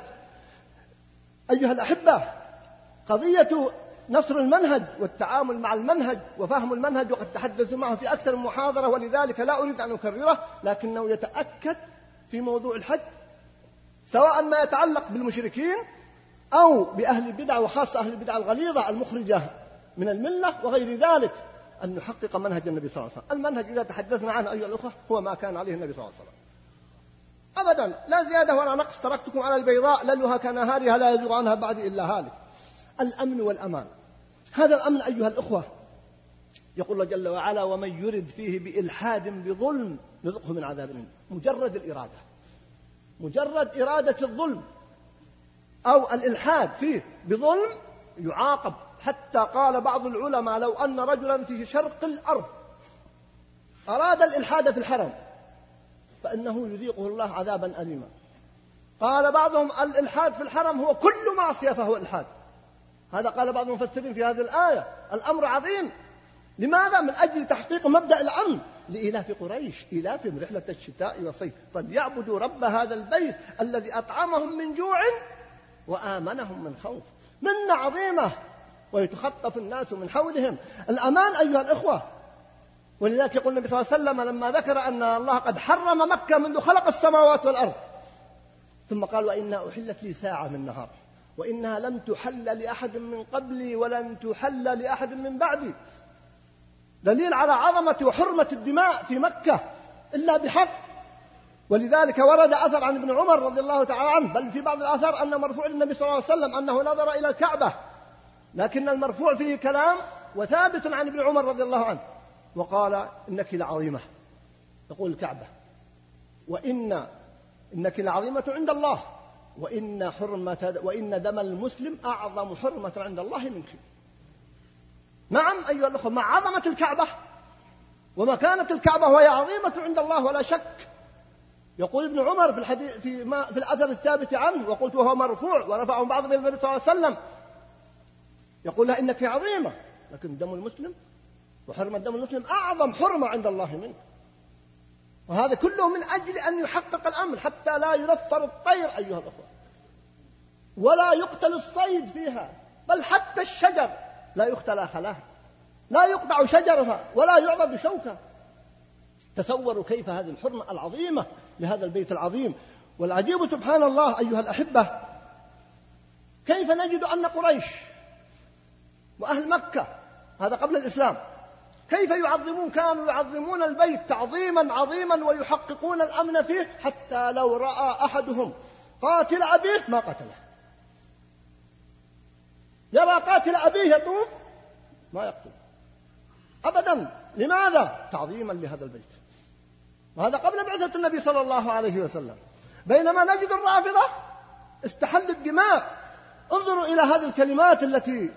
أيها الأحبة، قضية نصر المنهج والتعامل مع المنهج وفهم المنهج وقد تحدثت معه في أكثر من محاضرة، ولذلك لا أريد أن أكرره، لكنه يتأكد في موضوع الحج سواء ما يتعلق بالمشركين أو بأهل البدع، وخاصة أهل البدع الغليظة المخرجة من الملة وغير ذلك، أن نحقق منهج النبي صلى الله عليه وسلم. المنهج إذا تحدثنا عنه أيها الأخوة هو ما كان عليه النبي صلى الله عليه وسلم أبدا، لا زيادة ولا نقص. تركتكم على البيضاء ليلها كنهارها لا يزيغ عنها بعد إلا هالك. الأمن والأمان، هذا الأمن أيها الأخوة يقول الله جل وعلا: ومن يرد فيه بإلحاد بظلم نذقه من عذاب أليم. مجرد الإرادة، مجرد إرادة الظلم أو الإلحاد فيه بظلم يعاقب. حتى قال بعض العلماء: لو أن رجلا في شرق الأرض أراد الإلحاد في الحرم فإنه يذيقه الله عذابا أليما. قال بعضهم: الإلحاد في الحرم هو كل معصية فهو إلحاد. هذا قال بعض المفسرين في هذه الآية. الأمر عظيم. لماذا؟ من أجل تحقيق مبدأ الأمن لإيلاف قريش، إيلافهم رحلة الشتاء والصيف، فليعبدوا رب هذا البيت الذي أطعمهم من جوع وآمنهم من خوف. منة عظيمة، ويتخطف الناس من حولهم. الأمان أيها الإخوة، ولذلك يقول النبي صلى الله عليه وسلم لما ذكر أن الله قد حرم مكة منذ خلق السماوات والأرض، ثم قال وإنها أحلت لي ساعة من نهار وإنها لم تحل لأحد من قبلي ولن تحل لأحد من بعدي. دليل على عظمة وحرمة الدماء في مكة إلا بحق. ولذلك ورد أثر عن ابن عمر رضي الله تعالى عنه، بل في بعض الآثار أن مرفوع للنبي صلى الله عليه وسلم أنه نظر إلى الكعبة، لكن المرفوع فيه كلام وثابت عن ابن عمر رضي الله عنه، وقال إنك لعظيمة، يقول الكعبة، إنك لعظيمة عند الله وإن دم المسلم أعظم حرمة عند الله منك. نعم أيها الأخوة، مع عظمة الكعبة ومكانة الكعبة وهي عظيمة عند الله ولا شك. يقول ابن عمر في الحديث في الأثر الثابت عنه، وقلت وهو مرفوع ورفعه بعض من النبي صلى الله عليه وسلم، يقول لها إنك عظيمة، لكن دم المسلم وحرمة دم المسلم أعظم حرمة عند الله منك. وهذا كله من أجل أن يحقق الأمر حتى لا ينفر الطير أيها الأخوة، ولا يقتل الصيد فيها، بل حتى الشجر لا يختلى خلاها، لا يقطع شجرها ولا يعضد بشوكة. تصوروا كيف هذه الحرمة العظيمة لهذا البيت العظيم. والعجيب سبحان الله أيها الأحبة، كيف نجد أن قريش وأهل مكة، هذا قبل الإسلام، كيف كانوا يعظمون البيت تعظيما عظيما ويحققون الأمن فيه، حتى لو رأى أحدهم قاتل أبيه ما قتله، يرى قاتل أبيه يطوف ما يقتل أبدا. لماذا؟ تعظيما لهذا البيت. وهذا قبل بعثة النبي صلى الله عليه وسلم. بينما نجد الرافضة استحلوا الدماء. انظروا إلى هذه الكلمات التي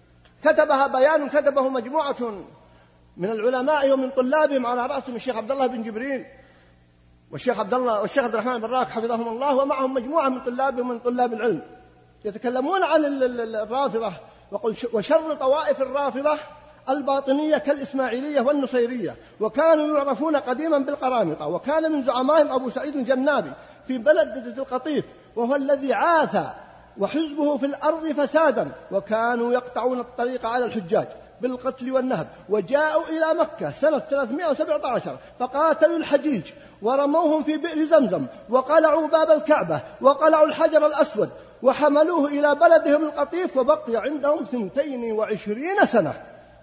كتبه مجموعة من العلماء ومن طلابهم، على رأسهم الشيخ عبد الله بن جبرين والشيخ عبد الرحمن بن راك حفظهم الله، ومعهم مجموعة من طلابهم من طلاب العلم، يتكلمون عن الرافضة، وشر طوائف الرافضة الباطنية كالإسماعيلية والنصيرية، وكانوا يعرفون قديما بالقرامطة. وكان من زعمائهم أبو سعيد الجنابي في بلدة القطيف، وهو الذي عاث وحزبه في الأرض فسادا، وكانوا يقطعون الطريق على الحجاج بالقتل والنهب. وجاءوا إلى مكة سنة 317 فقاتلوا الحجيج ورموهم في بئر زمزم، وقلعوا باب الكعبة، وقلعوا الحجر الأسود، وحملوه إلى بلدهم القطيف، وبقي عندهم 22 سنة.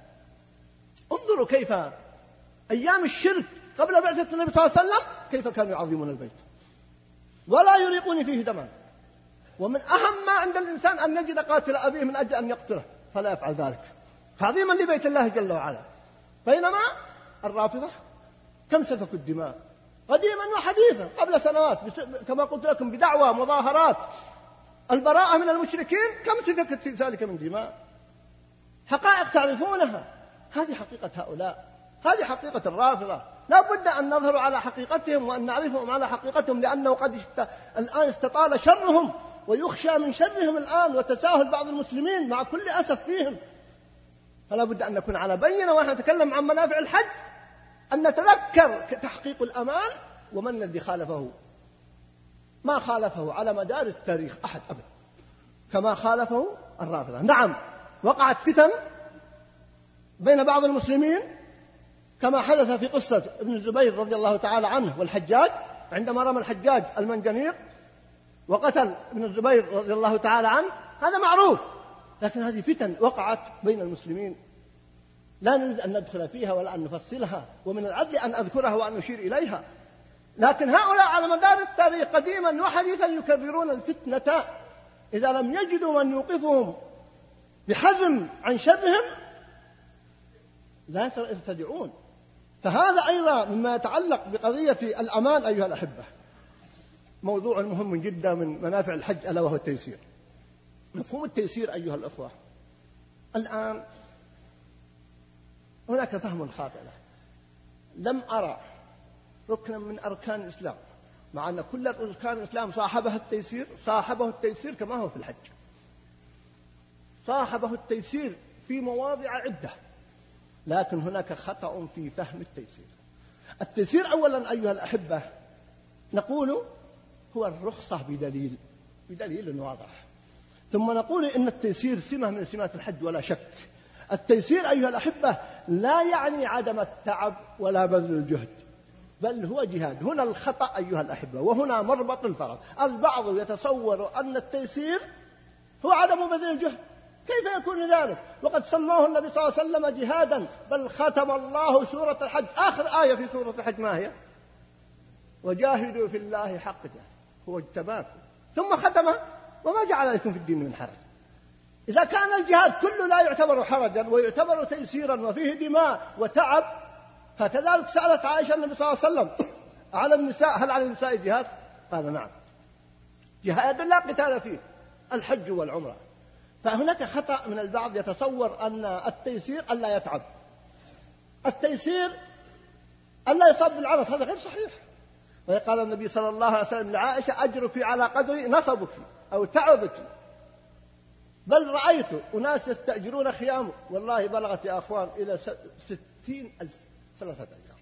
انظروا كيف أيام الشرك قبل بعثة النبي صلى الله عليه وسلم كيف كانوا يعظمون البيت ولا يريقون فيه دما. ومن أهم ما عند الإنسان أن يجد قاتل أبيه من أجل أن يقتله فلا يفعل ذلك تعظيما لبيت الله جل وعلا. بينما الرافضة كم سفكوا الدماء قديما وحديثا قبل سنوات، كما قلت لكم بدعوى مظاهرات البراءة من المشركين، كم سفكت في ذلك من دماء. حقائق تعرفونها. هذه حقيقة هؤلاء، هذه حقيقة الرافضة. لا بد أن نظهر على حقيقتهم وأن نعرفهم على حقيقتهم، لأنه قد الآن استطال شرهم، ويخشى من شرهم الآن وتساهل بعض المسلمين مع كل أسف فيهم. فلا بد أن نكون على بينة ونحن نتكلم عن منافع الحج، أن نتذكر تحقيق الأمان ومن الذي خالفه. ما خالفه على مدار التاريخ أحد أبدا كما خالفه الرافضة. نعم وقعت فتن بين بعض المسلمين كما حدث في قصة ابن الزبير رضي الله تعالى عنه والحجاج، عندما رمى الحجاج المنجنيق وقتل ابن الزبير رضي الله تعالى عنه، هذا معروف. لكن هذه فتن وقعت بين المسلمين لا نريد أن ندخل فيها ولا أن نفصلها، ومن العدل أن أذكرها وأن أشير إليها. لكن هؤلاء على مدار التاريخ قديما وحديثا يكررون الفتنة، إذا لم يجدوا من يوقفهم بحزم عن شرهم لا يرتدعون. فهذا أيضا مما يتعلق بقضية الأمان أيها الأحبة، موضوع مهم جدا من منافع الحج، ألا وهو التيسير. مفهوم التيسير أيها الأخوة، الآن هناك فهم خاطئ. لم أرى ركنا من أركان الإسلام، مع أن كل أركان الإسلام صاحبه التيسير كما هو في الحج، صاحبه التيسير في مواضع عدة، لكن هناك خطأ في فهم التيسير. التيسير أولا أيها الأحبة نقول هو الرخصة بدليل واضح، ثم نقول إن التيسير سمة من سمات الحج ولا شك. التيسير أيها الأحبة لا يعني عدم التعب ولا بذل الجهد، بل هو جهاد. هنا الخطأ أيها الأحبة، وهنا مربط الفرس. البعض يتصور أن التيسير هو عدم بذل الجهد. كيف يكون ذلك وقد سماه النبي صلى الله عليه وسلم جهادا؟ بل ختم الله سورة الحج، آخر آية في سورة الحج ما هي؟ وجاهدوا في الله حق جهاده هو اجتباكم، ثم ختمه وما جعل لكم في الدين من حرج. إذا كان الجهاد كله لا يعتبر حرجا ويعتبر تيسيرا وفيه دماء وتعب، فكذلك سألت عائشة النبي صلى الله عليه وسلم على النساء: هل على النساء جهاد؟ قال: نعم، جهاد لا قتال فيه، الحج والعمرة. فهناك خطأ من البعض يتصور أن التيسير ألا يتعب، التيسير ألا يصاب بالعرس، هذا غير صحيح. وقال النبي صلى الله عليه وسلم لعائشة: أجرك على قدر نصبك أو تعبك. بل رأيت أناس يستأجرون خيام والله بلغت يا أخوان إلى 60,000 3 أيام،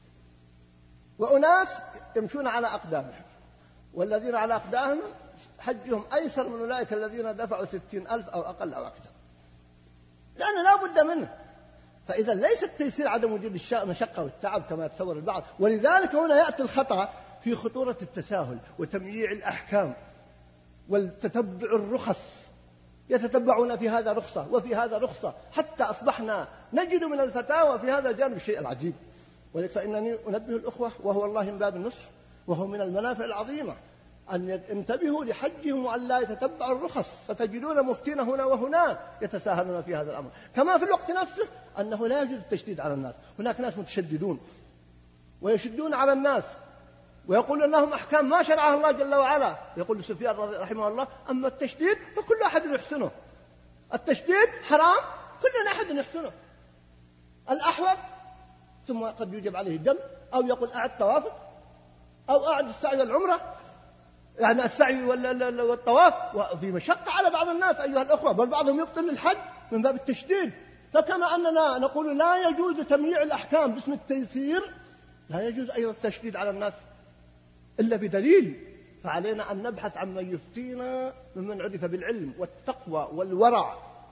وأناس يمشون على أقدامهم، والذين على أقدامهم حجهم أيسر من أولئك الذين دفعوا 60,000 أو أقل أو أكثر، لأنه لا بد منه. فإذا ليس التيسير عدم وجود المشقة والتعب كما يتصور البعض. ولذلك هنا يأتي الخطأ في خطورة التساهل وتمييع الأحكام والتتبع الرخص. يتتبعون في هذا رخصة وفي هذا رخصة، حتى أصبحنا نجد من الفتاوى في هذا الجانب الشيء العجيب. ولذلك فإنني أنبه الأخوة، وهو والله من باب النصح، وهو من المنافع العظيمة، أن ينتبهوا لحجهم وأن لا يتتبعوا الرخص، فتجدون مفتين هنا وهناك يتساهلون في هذا الأمر. كما في الوقت نفسه أنه لا يجوز التشديد على الناس، هناك ناس متشددون ويشدون على الناس ويقول أنهم أحكام ما شرعها الله جل وعلا. يقول سفيان رحمه الله: أما التشديد فكل أحد يحسنه، التشديد حرام كل أحد يحسنه. الأحوط ثم قد يوجب عليه الدم، أو يقول أعد توافق، أو أعد السعي والعمرة، يعني السعي والطواف، وفي مشقة على بعض الناس أيها الأخوة، بل بعضهم يبطل الحج من باب التشديد. فكما أننا نقول لا يجوز تمييع الأحكام باسم التيسير، لا يجوز أيضا التشديد على الناس إلا بدليل. فعلينا أن نبحث عن من يفتينا ممن عرف بالعلم والتقوى والورع،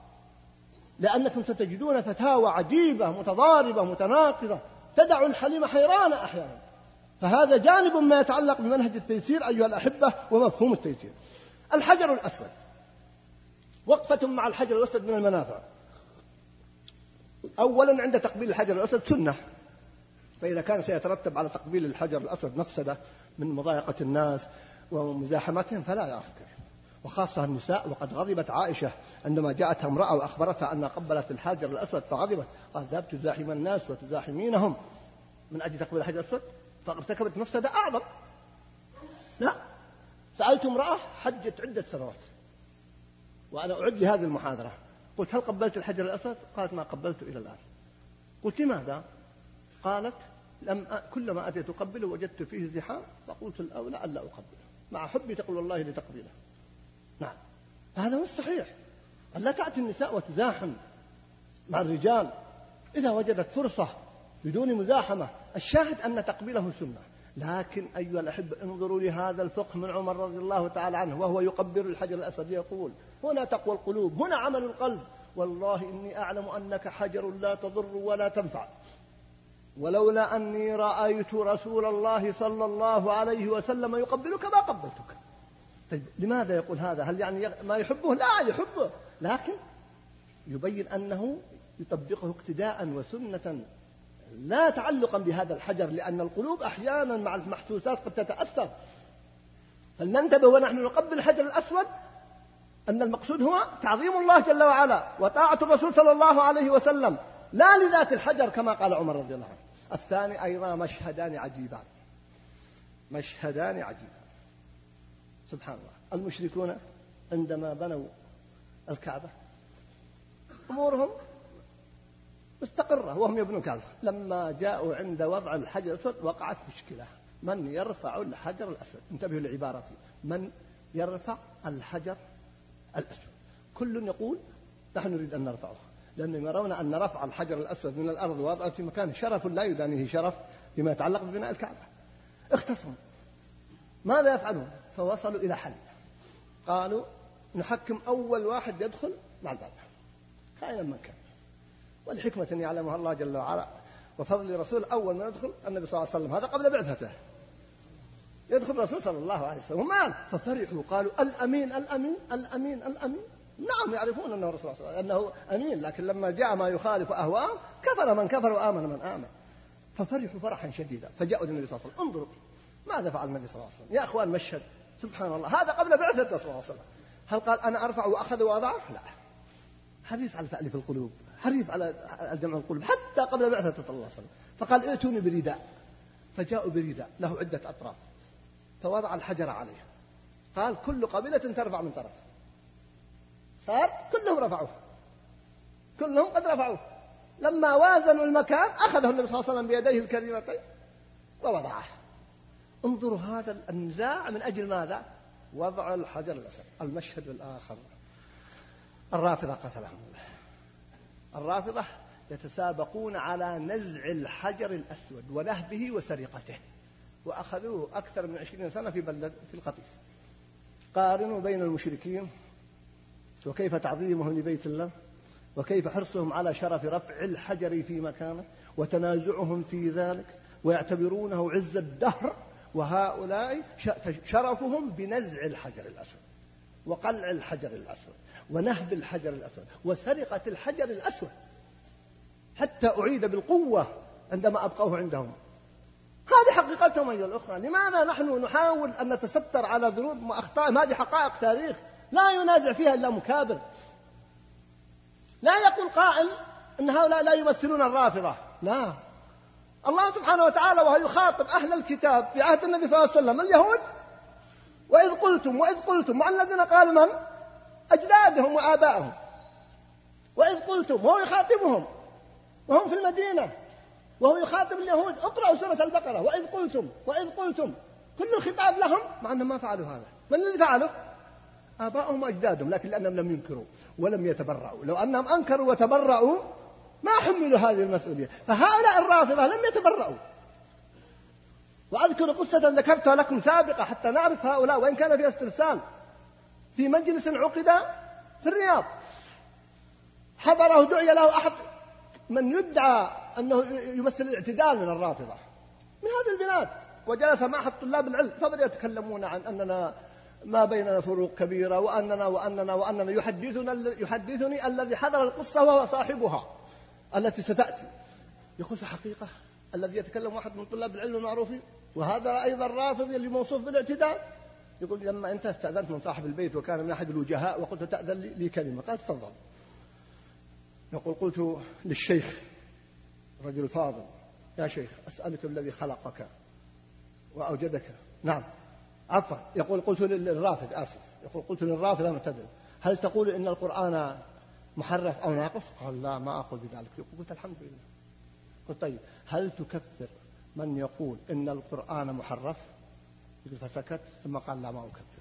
لأنكم ستجدون فتاوى عجيبة متضاربة متناقضة تدع الحليم حيران أحيانا. فهذا جانب ما يتعلق بمنهج التيسير أيها الأحبة ومفهوم التيسير. الحجر الأسود، وقفة مع الحجر الأسود من المنافع. أولا عند تقبيل الحجر الأسود سنة، فإذا كان سيترتب على تقبيل الحجر الأسود مفسدة من مضايقة الناس ومزاحمتهم فلا يفكر، وخاصة النساء. وقد غضبت عائشة عندما جاءتها امرأة وأخبرتها أنها قبلت الحجر الأسود فغضبت، قالت: ذهبت تزاحم الناس وتزاحمينهم من أجل تقبيل الحجر الأسود، فارتكبت مفسدة أعظم. لا، سألت امرأة حجت عدة سنوات وأنا أعد لهذه المحاضرة، قلت: هل قبلت الحجر الأسود؟ قالت: ما قبلت إلى الآن. قلت: لماذا؟ قالت: كلما أتيت أقبله وجدت فيه ازدحام، فقلت الأولى ألا أقبله، مع حبي تقول والله لتقبيله. نعم، هذا مش صحيح. ألا تأتي النساء وتزاحم مع الرجال إذا وجدت فرصة بدون مزاحمة. الشاهد أن تقبيله سنة. لكن أيها الأحبة انظروا لهذا الفقه من عمر رضي الله تعالى عنه وهو يقبل الحجر الأسود، يقول: هنا تقوى القلوب، هنا عمل القلب. والله إني أعلم أنك حجر لا تضر ولا تنفع، ولولا أني رأيت رسول الله صلى الله عليه وسلم يقبلك ما قبلتك. طيب لماذا يقول هذا؟ هل يعني ما يحبه؟ لا، يحبه، لكن يبين أنه يطبقه اقتداء وسنة لا تعلقا بهذا الحجر، لأن القلوب أحيانا مع المحسوسات قد تتأثر. فلننتبه ونحن نقبل الحجر الأسود أن المقصود هو تعظيم الله جل وعلا وطاعة الرسول صلى الله عليه وسلم، لا لذات الحجر كما قال عمر رضي الله عنه. الثاني أيضا مشهدان عجيبان، مشهدان عجيبان. سبحان الله، المشركون عندما بنوا الكعبة أمورهم مستقرة وهم يبنون الكعبة، لما جاءوا عند وضع الحجر الأسود وقعت مشكلة: من يرفع الحجر الأسود؟ انتبهوا لعبارتي: من يرفع الحجر الأسود؟ كل يقول: نحن نريد أن نرفعه، لأنهم يرون أن رفع الحجر الأسود من الأرض ووضعه في مكان شرف لا يدانيه شرف فيما يتعلق ببناء الكعبة. اختصموا ماذا يفعلون؟ فوصلوا إلى حل، قالوا: نحكم أول واحد يدخل مع الباب كائنا من كان، والحكمة يعلمها الله جل وعلا. وفضل رسول أول ما يدخل النبي صلى الله عليه وسلم، هذا قبل بعثته، يدخل الرسول صلى الله عليه وسلم ومات، ففرحوا قالوا الأمين الأمين الأمين الأمين. نعم يعرفون أنه رسول الله أنه أمين، لكن لما جاء ما يخالف أهواءهم كفر من كفر وآمن من آمن، ففرحوا فرحا شديدا. فجاءوا للنبي صلى الله عليه وسلم، انظروا ماذا فعل النبي صلى الله عليه وسلم. يا أخوان مشهد سبحان الله، هذا قبل بعثته صلى الله عليه وسلم. هل قال أنا أرفع وأخذ وأضع؟ لا، حريص على تأليف القلوب، حريص على الجمع القلوب حتى قبل بعثته صلى الله عليه وسلم. فقال ائتوني برداء، فجاءوا برداء له عدة أطراف، فوضع الحجر عليه، قال كل قبيلة ترفع من طرف، صار كلهم رفعوه، كلهم قد رفعوه. لما وازنوا المكان أخذه النبي صلى الله عليه وسلم بيديه الكريمتين ووضعه. انظروا هذا النزاع من أجل ماذا؟ وضع الحجر الأسود. المشهد الآخر الرافضة قتلهم الله. الرافضة يتسابقون على نزع الحجر الأسود ونهبه وسرقته، وأخذوه أكثر من 20 سنة في بلد في القطيف. قارنوا بين المشركين وكيف تعظيمهم لبيت الله، وكيف حرصهم على شرف رفع الحجر في مكانه، وتنازعهم في ذلك ويعتبرونه عز الدهر، وهؤلاء شرفهم بنزع الحجر الأسود وقلع الحجر الأسود ونهب الحجر الأسود وسرقة الحجر الأسود، حتى أعيد بالقوة عندما أبقوه عندهم. هذه حقيقتهم أيها الأخوة. لماذا نحن نحاول أن نتستر على ذنوب وأخطاء؟ هذه حقائق تاريخ لا ينازع فيها إلا مكابر. لا يقول قائل أن هؤلاء لا يمثلون الرافضة، لا. الله سبحانه وتعالى وهو يخاطب أهل الكتاب في عهد النبي صلى الله عليه وسلم اليهود، وإذ قلتم مع الذين قالوا من؟ أجدادهم وآبائهم. وإذ قلتم، وهو يخاطبهم وهم في المدينة، وهو يخاطب اليهود. اقرأوا سورة البقرة، وإذ قلتم، كل الخطاب لهم، مع أنهم ما فعلوا هذا. من الذي فعله؟ آبائهم وأجدادهم، لكن لأنهم لم ينكروا ولم يتبرعوا. لو أنهم أنكروا وتبرعوا ما حملوا هذه المسؤولية. فهؤلاء الرافضة لم يتبرعوا. وأذكر قصة ذكرتها لكم سابقة حتى نعرف هؤلاء، وإن كان فيها استرسال. في مجلس عقد في الرياض، حضره دعي له أحد من يدعى أنه يمثل الاعتدال من الرافضة من هذه البلاد، وجلس مع أحد طلاب العلم، فبدأوا يتكلمون عن أننا ما بيننا فروق كبيرة، وأننا يحدثني الذي حضر القصة وهو صاحبها التي ستأتي. يقول في حقيقة الذي يتكلم واحد من طلاب العلم المعروفين، وهذا أيضا الرافض اللي موصوف بالاعتدال. يقول لما أنت استأذنت من صاحب البيت وكان من أحد الوجهاء وقلت تأذن لي كلمة، قال تفضل. يقول قلت للشيخ رجل الفاضل: يا شيخ أسألك الذي خلقك وأوجدك. نعم عفوا. يقول قلت للرافض، آسف، يقول قلت للرافض المعتدل: هل تقول إن القرآن محرف أو ناقص؟ قال لا، ما أقول بذلك. قلت الحمد لله. قلت طيب هل تكفر من يقول إن القرآن محرف؟ فسكت، ثم قال لا، ما أكفر.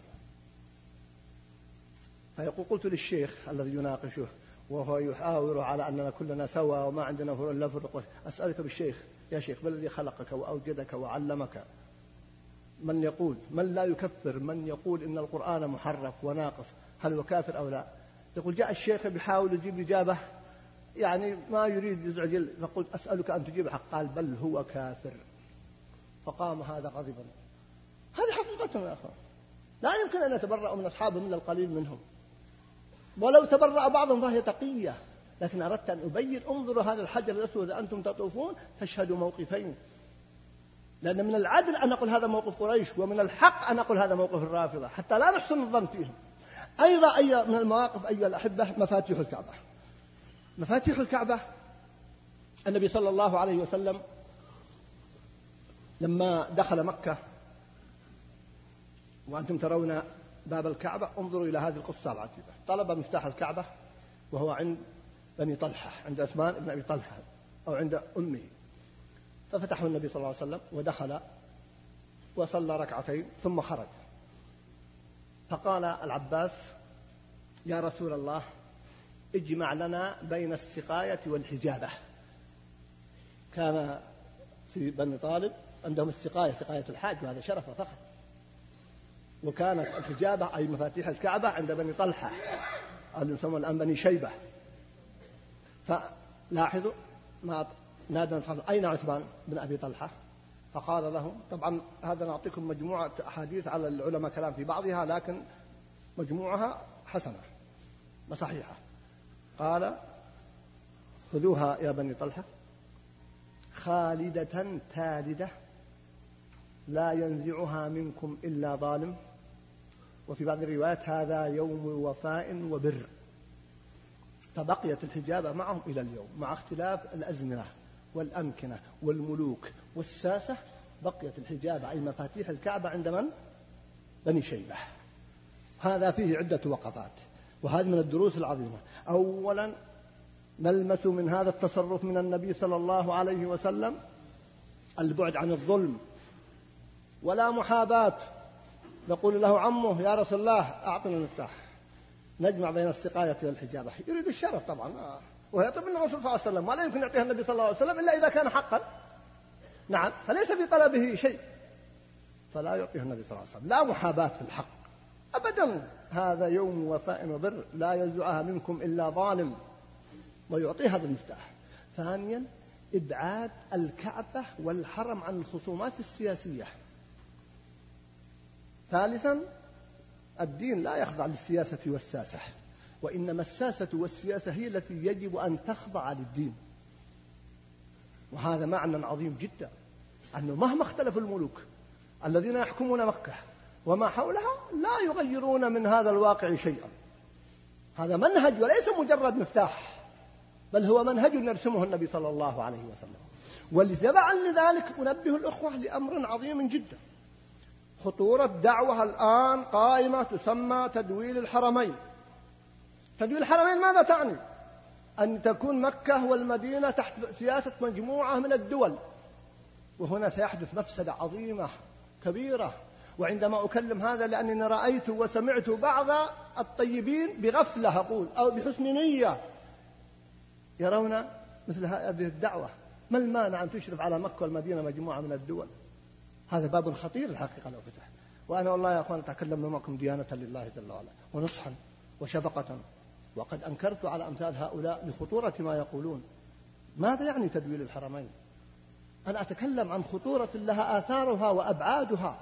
فيقول قلت للشيخ الذي يناقشه وهو يحاور على أننا كلنا سوا وما عندنا إلا فرق: أسألك بالشيخ، يا شيخ ما الذي خلقك وأوجدك وعلمك؟ من يقول، من لا يكفر من يقول إن القرآن محرف وناقص، هل هو كافر أو لا؟ يقول جاء الشيخ بيحاول يجيب إجابة يعني ما يريد يزعج، فقلت أسألك أن تجيب حق، قال بل هو كافر. فقام هذا غضبا. هذه حقيقتهم يا أخوان. لا يمكن أن يتبرأ من أصحابهم إلا القليل منهم، ولو تبرأ بعضهم فهي تقية. لكن أردت أن أبين، انظروا هذا الحجر الأسود أنتم تطوفون تشهدوا موقفين، لأن من العدل أن أقول هذا موقف قريش، ومن الحق أن أقول هذا موقف الرافضة، حتى لا نحسن الظن فيهم. أيضا من المواقف أيها الأحبة مفاتيح الكعبة. مفاتيح الكعبة، النبي صلى الله عليه وسلم لما دخل مكة وأنتم ترون باب الكعبة، انظروا إلى هذه القصة العجيبة. طلب مفتاح الكعبة وهو عند بني طلحة، عند عثمان بن أبي طلحة أو عند أمه، ففتحه النبي صلى الله عليه وسلم ودخل وصلى ركعتين ثم خرج. فقال العباس: يا رسول الله اجمع لنا بين السقاية والحجابة. كان في بني طالب عندهم السقاية، سقاية الحاج، وهذا شرف وفخر، وكانت الحجابة أي مفاتيح الكعبة عند بني طلحة اللي يسمون الآن بني شيبة. فلاحظوا ما نادى أين عثمان بن أبي طلحة؟ فقال له، طبعا هذا نعطيكم مجموعة أحاديث على العلماء كلام في بعضها، لكن مجموعها حسنة وصحيحة. قال خذوها يا بني طلحة خالدة تالدة لا ينزعها منكم إلا ظالم، وفي بعض الروايات هذا يوم وفاء وبر. فبقيت الحجابة معهم إلى اليوم، مع اختلاف الأزمنة والأمكنة والملوك والساسة، بقيت الحجابة أي مفاتيح الكعبة عند من؟ بني شيبة. هذا فيه عدة وقفات، وهذه من الدروس العظيمة. أولا نلمس من هذا التصرف من النبي صلى الله عليه وسلم البعد عن الظلم ولا محاباة. نقول له عمه يا رسول الله أعطنا المفتاح نجمع بين السقاية والحجابة، يريد الشرف طبعا، ويطلب منه الرسول صلى الله عليه وسلم، ولا يمكن يعطيها النبي صلى الله عليه وسلم إلا إذا كان حقا. نعم، فليس في طلبه شيء، فلا يعطيها النبي صلى الله عليه وسلم، لا محاباة في الحق أبدا. هذا يوم وفاء وبر لا ينزعها منكم إلا ظالم، ويعطي هذا المفتاح. ثانيا إبعاد الكعبة والحرم عن الخصومات السياسية. ثالثا الدين لا يخضع للسياسة والساسة، وإنما الساسة والسياسة هي التي يجب أن تخضع للدين. وهذا معنى عظيم جدا، أنه مهما اختلف الملوك الذين يحكمون مكة وما حولها لا يغيرون من هذا الواقع شيئا. هذا منهج وليس مجرد مفتاح، بل هو منهج يرسمه النبي صلى الله عليه وسلم. ولتبعا لذلك أنبه الأخوة لأمر عظيم جدا، خطورة دعوة الآن قائمة تسمى تدويل الحرمين. تدويل الحرمين ماذا تعني؟ أن تكون مكة والمدينة تحت سياسة مجموعة من الدول، وهنا سيحدث مفسدة عظيمة كبيرة. وعندما أكلم هذا لأنني رأيت وسمعت بعض الطيبين بغفلة أقول أو بحسن نية يرون مثل هذه الدعوة، ما المانع أن تشرف على مكة والمدينة مجموعة من الدول؟ هذا باب خطير الحقيقة لو فتح. وأنا والله يا أخوان أتكلم معكم ديانة لله جل وعلا ونصحا وشفقة، وقد أنكرت على أمثال هؤلاء لخطورة ما يقولون. ماذا يعني تدويل الحرمين؟ أنا أتكلم عن خطورة لها آثارها وأبعادها.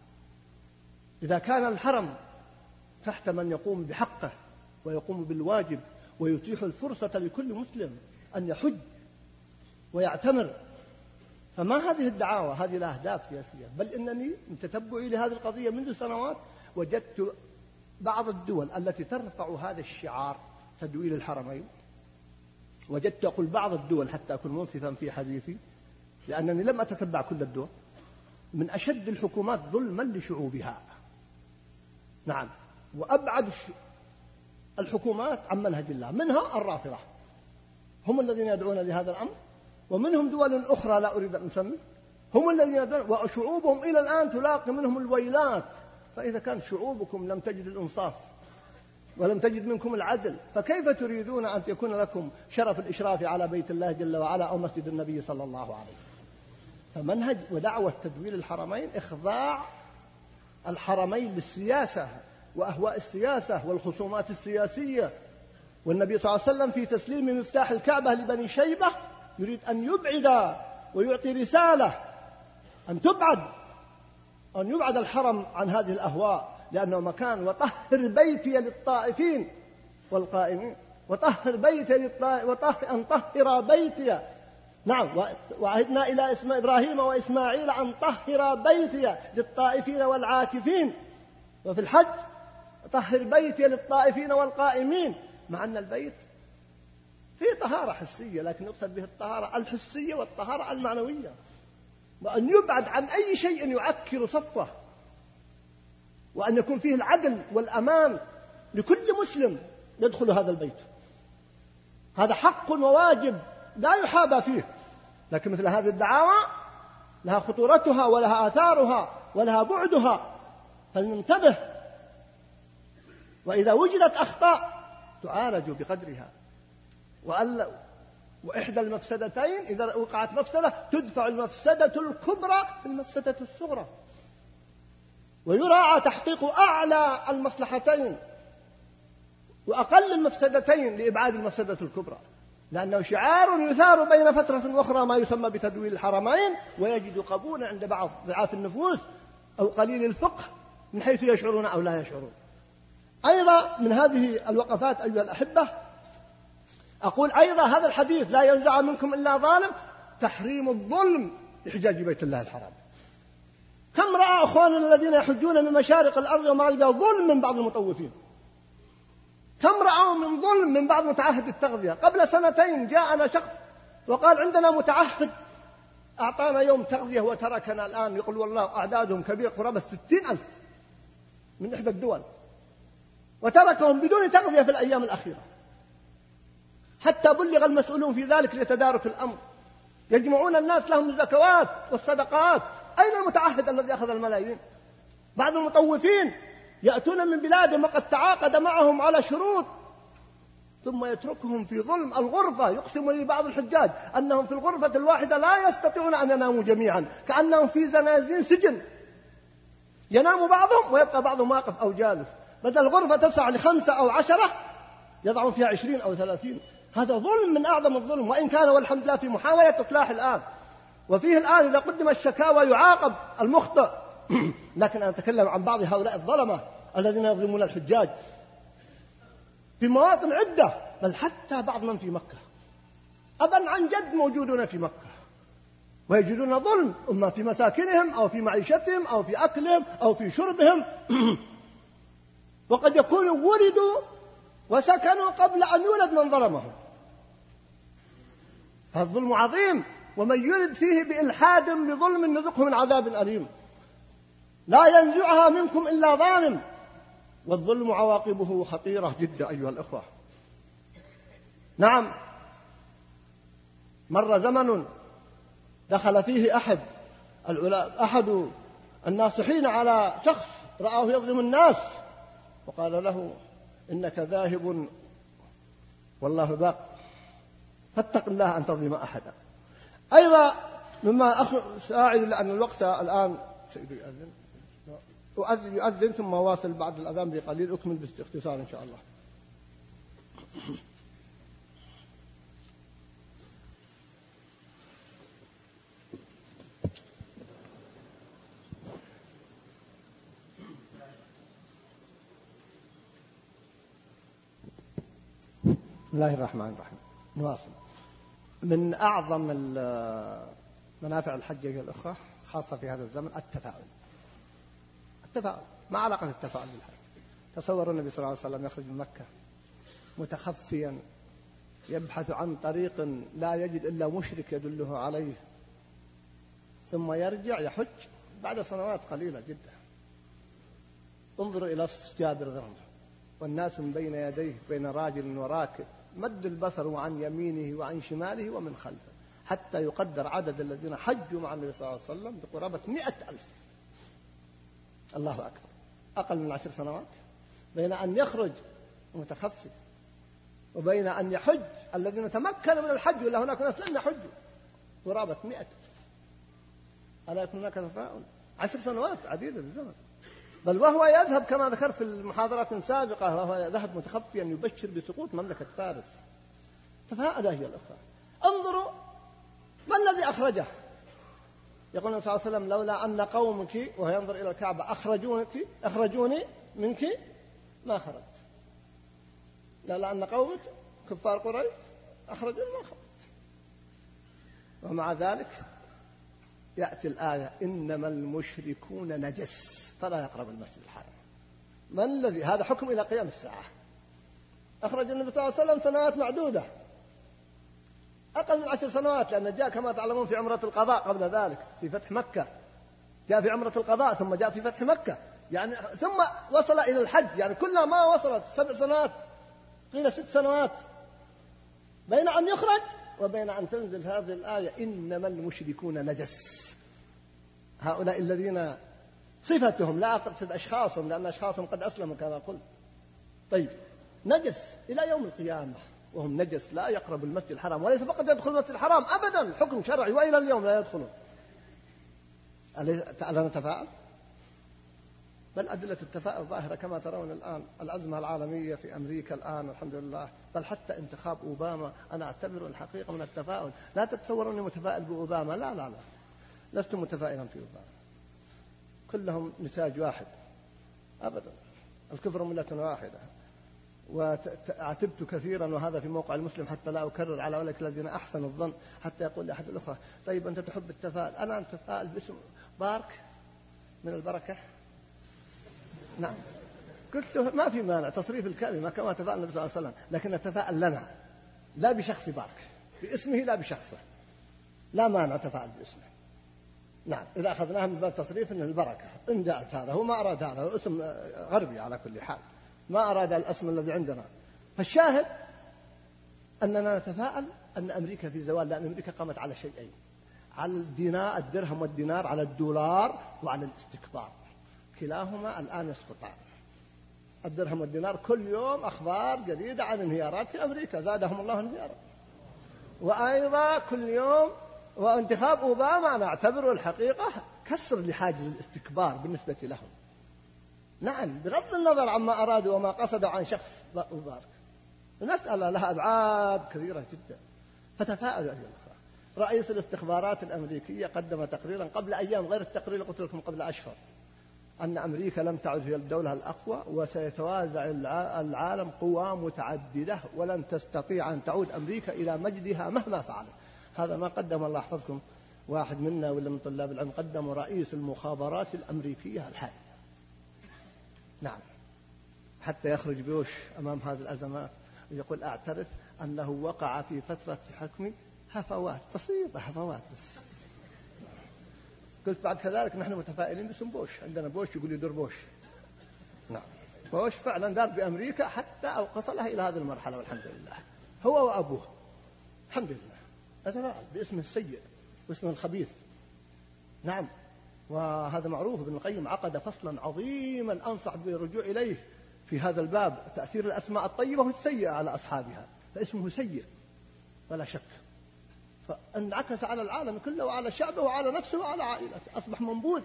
إذا كان الحرم تحت من يقوم بحقه ويقوم بالواجب ويتيح الفرصة لكل مسلم أن يحج ويعتمر، فما هذه الدعاوى؟ هذه لها أهداف سياسية. بل إنني من تتبعي لهذه القضية منذ سنوات وجدت بعض الدول التي ترفع هذا الشعار تدويل الحرمين، وجدت أقول بعض الدول حتى أكون منصفا في حديثي لأنني لم أتتبع كل الدول، من أشد الحكومات ظلما لشعوبها. نعم، وأبعد الحكومات عن منهج الله، منها الرافضة هم الذين يدعون لهذا الأمر، ومنهم دول أخرى لا أريد أن أسمي هم الذين يدعون، وشعوبهم إلى الآن تلاقي منهم الويلات. فإذا كان شعوبكم لم تجد الإنصاف ولم تجد منكم العدل، فكيف تريدون أن يكون لكم شرف الإشراف على بيت الله جل وعلا أو مسجد النبي صلى الله عليه وسلم؟ فمنهج ودعوة تدويل الحرمين إخضاع الحرمين للسياسة وأهواء السياسة والخصومات السياسية. والنبي صلى الله عليه وسلم في تسليم مفتاح الكعبة لبني شيبة يريد أن يبعد ويعطي رسالة أن يبعد الحرم عن هذه الأهواء، لأنه مكان وطهر بيتي للطائفين والقائمين، وطهر بيتي أن طهر بيتي. نعم، وعهدنا إلى إبراهيم وإسماعيل أن طهر بيتي للطائفين والعاكفين، وفي الحج طهر بيتي للطائفين والقائمين. مع أن البيت فيه طهارة حسية، لكن يقصد به الطهارة الحسية والطهارة المعنوية، وأن يبعد عن أي شيء يعكر صفه، وأن يكون فيه العدل والأمان لكل مسلم يدخل هذا البيت. هذا حق وواجب لا يحابى فيه. لكن مثل هذه الدعاوى لها خطورتها ولها آثارها ولها بعدها، فلننتبه. وإذا وجدت أخطاء تعالج بقدرها، وإحدى المفسدتين إذا وقعت مفسدة تدفع المفسدة الكبرى بالمفسدة الصغرى، ويراعى تحقيق أعلى المصلحتين وأقل المفسدتين لإبعاد المفسدة الكبرى. لأنه شعار يثار بين فترة وأخرى ما يسمى بتدويل الحرمين، ويجد قبولا عند بعض ضعاف النفوس أو قليل الفقه من حيث يشعرون أو لا يشعرون. أيضا من هذه الوقفات أيها الأحبة أقول أيضا هذا الحديث لا ينزع منكم إلا ظالم، تحريم الظلم بحجاج بيت الله الحرام. كم رأى أخواننا الذين يحجون من مشارق الأرض ومغاربها ظلم من بعض المطوفين، كم رأوا من ظلم من بعض متعهد التغذية. قبل سنتين جاءنا شخص وقال عندنا متعهد أعطانا يوم تغذية وتركنا الآن، يقول والله أعدادهم كبيرة قرابة 60,000 من إحدى الدول، وتركهم بدون تغذية في الأيام الأخيرة، حتى بلغ المسؤولون في ذلك ليتدارك الأمر. يجمعون الناس لهم الزكوات والصدقات، أين المتعهد الذي أخذ الملايين؟ بعض المطوفين يأتون من بلادهم وقد تعاقد معهم على شروط، ثم يتركهم في ظلم الغرفة. يقسم لي بعض الحجاج أنهم في الغرفة الواحدة لا يستطيعون أن يناموا جميعا، كأنهم في زنازين سجن، ينام بعضهم ويبقى بعضهم واقف أو جالس، بدل الغرفة تسع ل5 أو 10 يضعون فيها 20 أو 30. هذا ظلم من أعظم الظلم، وإن كان والحمد لله في محاولة إصلاح الآن، وفيه الآن إذا قدم الشكاوى يعاقب المخطئ. لكن أنا أتكلم عن بعض هؤلاء الظلمة الذين يظلمون الحجاج في مواطن عدة، بل حتى بعض من في مكة أبا عن جد موجودون في مكة ويجدون ظلم، إما في مساكنهم أو في معيشتهم أو في أكلهم أو في شربهم. وقد يكونوا ولدوا وسكنوا قبل أن يولد من ظلمهم. هذا الظلم عظيم، ومن يرد فيه بإلحاد بظلم نذقه من عذاب أليم. لا ينزعها منكم إلا ظالم، والظلم عواقبه خطيرة جدا أيها الأخوة. نعم، مر زمن دخل فيه أحد الناصحين على شخص رآه يظلم الناس، وقال له إنك ذاهب والله باق، فاتق الله أن تظلم أحدا. أيضا مما ساعد، لأن الوقت الآن يؤذن ثم واصل بعد الأذان بقليل، أكمل باختصار إن شاء الله. بسم الله الرحمن الرحيم. نواصل. من أعظم منافع الحج يا الأخوة خاصة في هذا الزمن التفاؤل. ما علاقة التفاؤل بالحج؟ تصوروا النبي صلى الله عليه وسلم يخرج من مكة متخفيا يبحث عن طريق لا يجد إلا مشرك يدله عليه، ثم يرجع يحج بعد سنوات قليلة جدا. انظروا إلى جابر ذر والناس من بين يديه بين راجل وراكب، مد البصر عن يمينه وعن شماله ومن خلفه، حتى يقدر عدد الذين حجوا مع النبي صلى الله عليه وسلم بقرابة 100,000. الله أكبر، أقل من 10 سنوات، بين أن يخرج متخفي وبين أن يحج الذين تمكنوا من الحج، ولا هناك ناس لم يحجوا قرابة 100,000. ألا يكون هناك تفاؤل؟ 10 سنوات عديدة بالزمن. بل وهو يذهب كما ذكرت في المحاضرات السابقة، وهو يذهب متخفيا يبشر بسقوط مملكة فارس. تفاءلوا أيها الأخوة. انظروا ما الذي أخرجه. يقول النبي صلى الله عليه وسلم لولا أن قومك، وهو ينظر إلى الكعبة، أخرجوني منك ما خرجت. لولا أن قومك كفار قريش أخرجوني ما خرجت. ومع ذلك يأتي الآية إنما المشركون نجس فلا يقرب المسجد الحرام. ما الذي هذا حكم إلى قيام الساعة. أخرج النبي صلى الله عليه وسلم سنوات معدودة، أقل من 10 سنوات، لأن جاء كما تعلمون في عمرة القضاء قبل ذلك في فتح مكة، جاء في عمرة القضاء ثم جاء في فتح مكة، يعني ثم وصل إلى الحج، يعني كلها ما وصلت 7 سنوات، قيل 6 سنوات بين أن يخرج وبين أن تنزل هذه الآية إنما المشركون نجس. هؤلاء الذين صفتهم لا أقصد أشخاصهم، لأن أشخاصهم قد أسلموا كما قلت. طيب، نجس إلى يوم القيامة، وهم نجس لا يقرب المسجد الحرام، وليس فقط يدخل المسجد الحرام أبدا، حكم شرعي وإلى اليوم لا يدخلون. ألا نتفاءل؟ بل أدلة التفاؤل ظاهرة كما ترون الآن. الأزمة العالمية في أمريكا الآن الحمد لله، بل حتى انتخاب أوباما أنا أعتبره الحقيقة من التفاؤل. لا تتصوروني متفائل بأوباما، لا لا لا، لست متفائلا في أوباما، كلهم نتاج واحد أبدا، الكفر ملة واحدة. وعتبت كثيرا، وهذا في موقع المسلم حتى لا أكرر على أولئك الذين أحسنوا الظن، حتى يقول لأحد الأخوة طيب أنت تحب التفاؤل، أنا أتفائل باسم بارك من البركة. نعم، قلت له ما في مانع تصريف الكلمة كما تفاءل النبي صلى الله عليه وسلم، لكن نتفاءل لنا لا بشخص بارك، باسمه لا بشخصه، لا مانع تفاءل باسمه. نعم، إذا أخذناها من باب تصريف إن البركة إن جاءت هذا، هو ما أراد هذا، هو اسم غربي على كل حال، ما أراد الاسم الذي عندنا. فالشاهد أننا نتفاءل أن أمريكا في زوال، لأن أمريكا قامت على شيئين، على الدينار، الدرهم والدينار، على الدولار وعلى الاستكبار، كلاهما الآن يسقطان. الدرهم والدينار كل يوم أخبار جديدة عن انهيارات في أمريكا، زادهم الله انهيارا. وأيضا كل يوم وانتخاب أوباما أنا أعتبره الحقيقة كسر لحاجز الاستكبار بالنسبة لهم. نعم، بغض النظر عما أرادوا وما قصدوا عن شخص مبارك، المسألة لها أبعاد كثيرة جدا. فتفاءلوا أيها الأخوة. رئيس الاستخبارات الأمريكية قدم تقريرا قبل أيام، غير التقرير اللي قلت لكم قبل أشهر، أن أمريكا لم تعد هي الدولة الأقوى، وسيتوازع العالم قوى متعددة، ولن تستطيع أن تعود أمريكا إلى مجدها مهما فعلت. هذا ما قدم الله يحفظكم واحد منا ولا من طلاب العلم، قدم رئيس المخابرات الأمريكية الحالي. نعم، حتى يخرج بوش أمام هذه الأزمات ويقول أعترف أنه وقع في فترة حكمي هفوات بسيطة، هفوات بس. قلت بعد كذلك نحن متفائلين باسم بوش، عندنا بوش يقول يدور بوش. نعم، بوش فعلا دار بأمريكا حتى أوصلها إلى هذه المرحلة، والحمد لله هو وأبوه الحمد لله. أتفائل باسمه السيء واسمه الخبيث. نعم، وهذا معروف، ابن القيم عقد فصلا عظيما أنصح بالرجوع إليه في هذا الباب، تأثير الأسماء الطيبة والسيئة على أصحابها، فاسمه سيء ولا شك، فانعكس على العالم كله وعلى شعبه وعلى نفسه وعلى عائلته، أصبح منبوذ.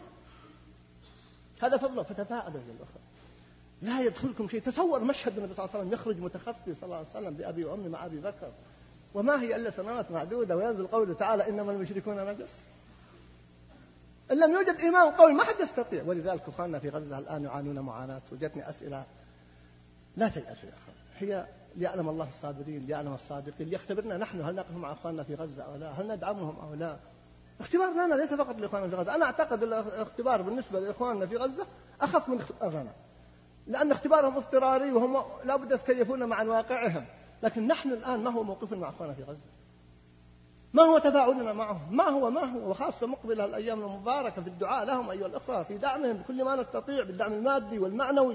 هذا فضله. فتفاءلوا يا الأخوة، لا يدخلكم شيء. تصور مشهد النبي صلى الله عليه وسلم يخرج متخفي صلى الله عليه وسلم بأبي وأمي مع أبي بكر، وما هي إلا سنوات معدودة، وينزل قوله تعالى إنما المشركون نجس. إن لم يوجد إيمان قوي ما حد يستطيع. ولذلك أخواننا في غزة الآن يعانون معاناة. وجدتني أسئلة، لا تيأسوا يا أخوان، هي ليعلم الله الصابرين، ليعلم الصادقين، ليختبرنا نحن هل نقف مع أخواننا في غزة أو لا، هل ندعمهم أو لا. اختبار لنا ليس فقط لإخواننا في غزة. أنا أعتقد الاختبار بالنسبة لإخواننا في غزة أخف من اختبارنا، لأن اختبارهم اضطراري وهم لا بد يتكيفون مع واقعهم. لكن نحن الآن ما هو موقفنا مع أخواننا في غزة؟ ما هو تفاعلنا معهم؟ ما هو وخاصة مقبل الأيام المباركة في الدعاء لهم أيها الأخوة، في دعمهم بكل ما نستطيع، بالدعم المادي والمعنوي.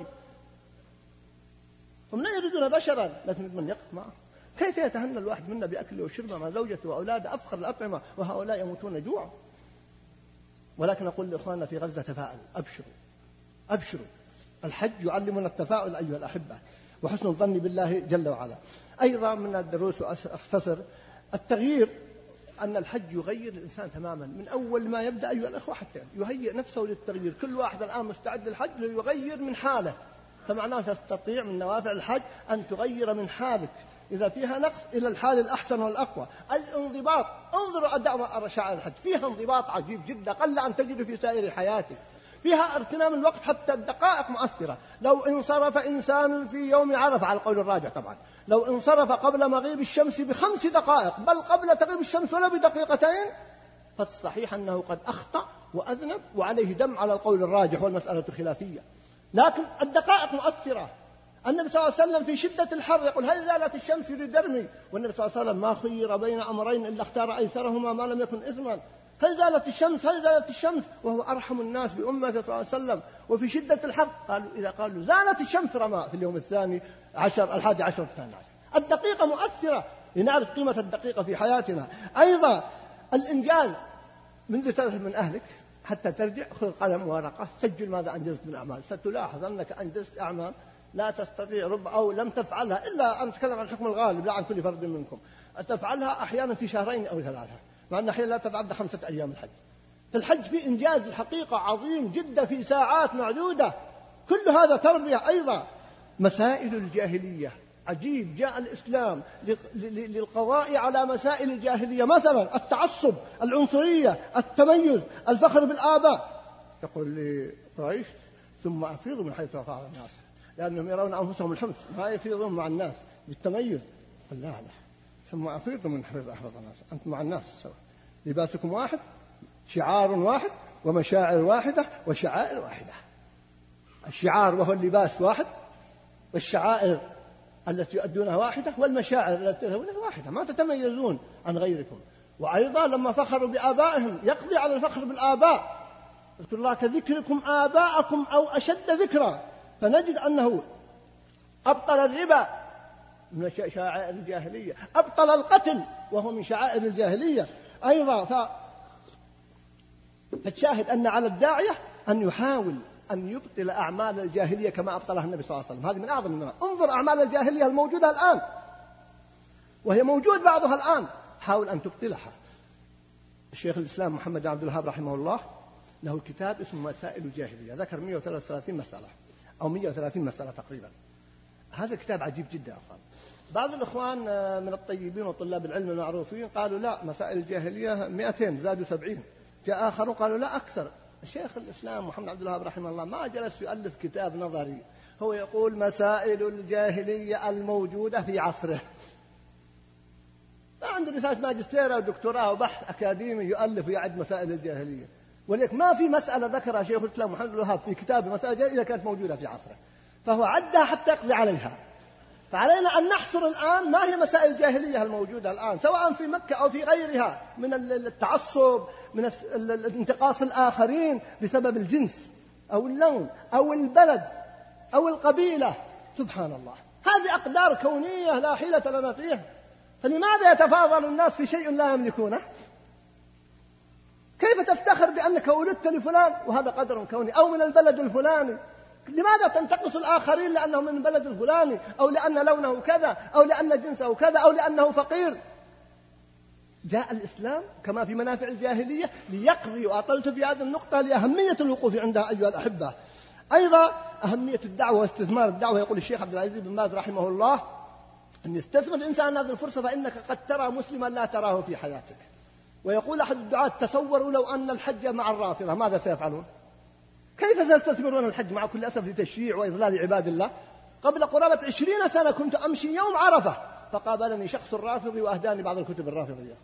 هم لا يريدون بشرا، لكن من يقف معه. كيف يتهنى الواحد منا بأكله وشربه مع زوجته وأولاده أفخر الأطعمة وهؤلاء يموتون جوعا؟ ولكن أقول لإخواننا في غزة تفاءلوا، أبشروا. الحج يعلمنا التفاؤل أيها الأحبة، وحسن الظن بالله جل وعلا. أيضا من الدروس أختصر التغيير، أن الحج يغير الإنسان تماما من أول ما يبدأ أيها الأخوة حتى يهيئ نفسه للتغيير. كل واحد الآن مستعد للحج ليغير من حاله، فمعناه تستطيع من نوافع الحج أن تغير من حالك إذا فيها نقص إلى الحال الأحسن والأقوى. الانضباط، انظروا أداء شعائر الحج، فيها انضباط عجيب جدا قل أن تجد في سائر حياتك. فيها اغتنام الوقت حتى الدقائق مؤثرة. لو انصرف إنسان في يوم عرفة على القول الراجح طبعا، لو انصرف قبل مغيب الشمس ب5 دقائق بل قبل تغيب الشمس ولا بدقيقتين، فالصحيح أنه قد أخطأ وأذنب وعليه دم على القول الراجح، والمسألة خلافية. لكن الدقائق مؤثرة. النبي صلى الله عليه وسلم في شدة الحر يقول هل زالت الشمس لدرمي، والنبي صلى الله عليه وسلم ما خير بين أمرين إلا اختار أيسرهما ما لم يكن إثما. هل زالت الشمس، وهو أرحم الناس بأمته صلى الله عليه وسلم. وفي شدة الحر إذا قالوا زالت الشمس رمى في اليوم 11 والثاني عشر. الدقيقة مؤثرة، لنعرف قيمة الدقيقة في حياتنا. أيضا الإنجاز، منذ تذهب من أهلك حتى ترجع خذ قلم وورقة سجل ماذا أنجزت من أعمال. ستلاحظ أنك أنجزت أعمال لا تستطيع أو لم تفعلها، إلا أن نتكلم عن الحكم الغالب لا عن كل فرد منكم، تفعلها أحيانا في 2 أو 3، مع أن أحيانا لا تتعدى 5 أيام الحج. في الحج في إنجاز الحقيقة عظيم جدا في ساعات معدودة. كل هذا تربية. أيضا مسائل الجاهلية عجيب، جاء الإسلام للقضاء على مسائل الجاهلية، مثلا التعصب، العنصرية، التميز، الفخر بالآباء. يقول لقريش ثم أفيضوا من حيث أفاض الناس، لأنهم يرون أنفسهم الحمس ما يفيضون مع الناس بالتميز. قال لا ثم أفيضوا من حيث أفاض الناس، أنتم مع الناس سوا، لباسكم واحد، شعار واحد، ومشاعر واحدة، وشعائر واحدة. الشعار وهو اللباس واحد، والشعائر التي يؤدونها واحدة، والمشاعر التي تؤدونها واحدة، ما تتميزون عن غيركم. وأيضا لما فخروا بآبائهم يقضي على الفخر بالآباء، يذكر الله كذكركم آباءكم أو أشد ذكرا. فنجد أنه أبطل الربا من شعائر الجاهلية، أبطل القتل وهو من شعائر الجاهلية أيضا. فالشاهد أن على الداعية أن يحاول أن يبطل أعمال الجاهلية كما أبطلها النبي صلى الله عليه وسلم. هذه من أعظم المناطق. انظر أعمال الجاهلية الموجودة الآن، وهي موجود بعضها الآن، حاول أن تبطلها. الشيخ الإسلام محمد بن عبد الوهاب رحمه الله له كتاب اسمه مسائل الجاهلية، ذكر 133 مسألة أو 130 مسألة تقريبا. هذا الكتاب عجيب جدا يا أخوان. بعض الإخوان من الطيبين وطلاب العلم المعروفين قالوا لا، مسائل الجاهلية 200 زادوا 70. جاء آخرون قالوا لا أكثر. الشيخ الإسلام محمد عبد الوهاب رحمه الله ما جلس يؤلف كتاب نظري، هو يقول مسائل الجاهلية الموجودة في عصره. ما عنده رسالة ماجستير أو دكتوراه أو بحث أكاديمي يؤلف ويعد مسائل الجاهلية. ولكن ما في مسألة ذكرها شيخ الإسلام محمد بن الوهاب في كتاب مسائل الجاهلية كانت موجودة في عصره، فهو عدها حتى يقضي عليها. فعلينا أن نحصر الآن ما هي مسائل الجاهلية الموجودة الآن، سواء في مكة أو في غيرها، من التعصب، من انتقاص الآخرين بسبب الجنس أو اللون أو البلد أو القبيلة. سبحان الله، هذه أقدار كونية لا حيلة لنا فيها. فلماذا يتفاضل الناس في شيء لا يملكونه؟ كيف تفتخر بأنك ولدت لفلان وهذا قدر كوني، أو من البلد الفلاني؟ لماذا تنتقص الآخرين لأنه من البلد الفلاني، أو لأن لونه كذا، أو لأن جنسه كذا، أو لأنه فقير؟ جاء الإسلام كما في منافع الجاهلية ليقضي، وأطلت في هذه النقطة لأهمية الوقوف عندها أيها الأحبة. أيضا أهمية الدعوة واستثمار الدعوة. يقول الشيخ عبد العزيز بن باز رحمه الله أن يستثمر الإنسان هذه الفرصة، فإنك قد ترى مسلما لا تراه في حياتك. ويقول أحد الدعاة تصوروا لو أن الحج مع الرافضة ماذا سيفعلون؟ كيف سيستثمرون الحج مع كل أسف لتشييع وإضلال عباد الله؟ قبل قرابة 20 سنة كنت أمشي يوم عرفة فقابلني شخص رافضي وأهداني بعض الكتب الرافضية.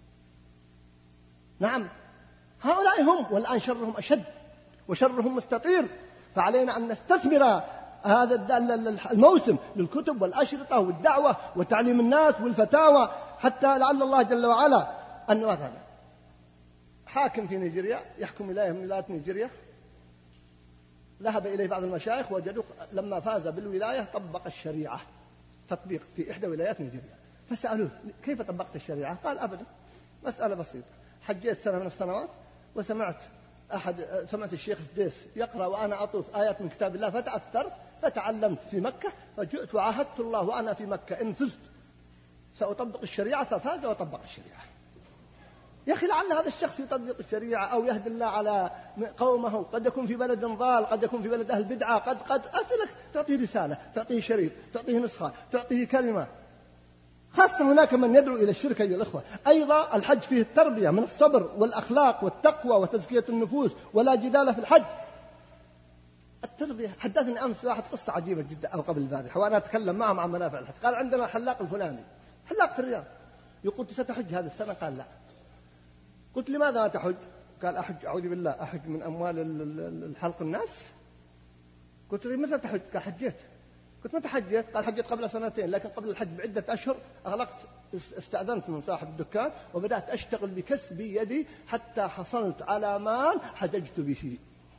نعم، هؤلاء هم، والآن شرهم أشد وشرهم مستطير. فعلينا أن نستثمر هذا الموسم للكتب والأشرطة والدعوة وتعليم الناس والفتاوى، حتى لعل الله جل وعلا أن هذا حاكم في نيجيريا يحكم ولاية من ولايات نيجيريا، ذهب إليه بعض المشايخ وجدوه لما فاز بالولاية طبق الشريعة تطبيق في إحدى ولايات نيجيريا. فسألوه كيف طبقت الشريعة؟ قال أبدا، مسألة بسيطة، حجيت سنة من السنوات وسمعت سمعت الشيخ سديس يقرأ وأنا أطوف آيات من كتاب الله فتأثرت فتعلمت في مكة، فجئت وعاهدت الله وأنا في مكة إن فزت سأطبق الشريعة، ففاز وطبق الشريعة. يا أخي لعل هذا الشخص يطبق الشريعة أو يهدي الله على قومه، قد يكون في بلد ضال، قد يكون في بلد أهل بدعة، قد أسألك تعطيه رسالة، تعطيه شريط، تعطيه نسخة، تعطيه كلمة. خاصة هناك من يدعو إلى الشرك أيها الأخوة. أيضا الحج فيه التربية من الصبر والأخلاق والتقوى وتزكية النفوس، ولا جدال في الحج. التربية، حدثني أمس واحد قصة عجيبة جدا أو قبل ذلك وأنا أتكلم معهم عن منافع الحج. قال عندنا الحلاق الفلاني، حلاق في الرياض، يقول ستحج هذه السنة؟ قال لا. قلت لماذا تحج؟ قال أحج، أعوذ بالله، أحج من أموال الحلق الناس. قلت لي متى تحج؟ قال حجيت. قلت متى حجيت؟ قال حجيت قبل 2 سنين، لكن قبل الحج بعدة أشهر أغلقت، استأذنت من صاحب الدكان وبدأت أشتغل بكسب يدي حتى حصلت على مال حججت به.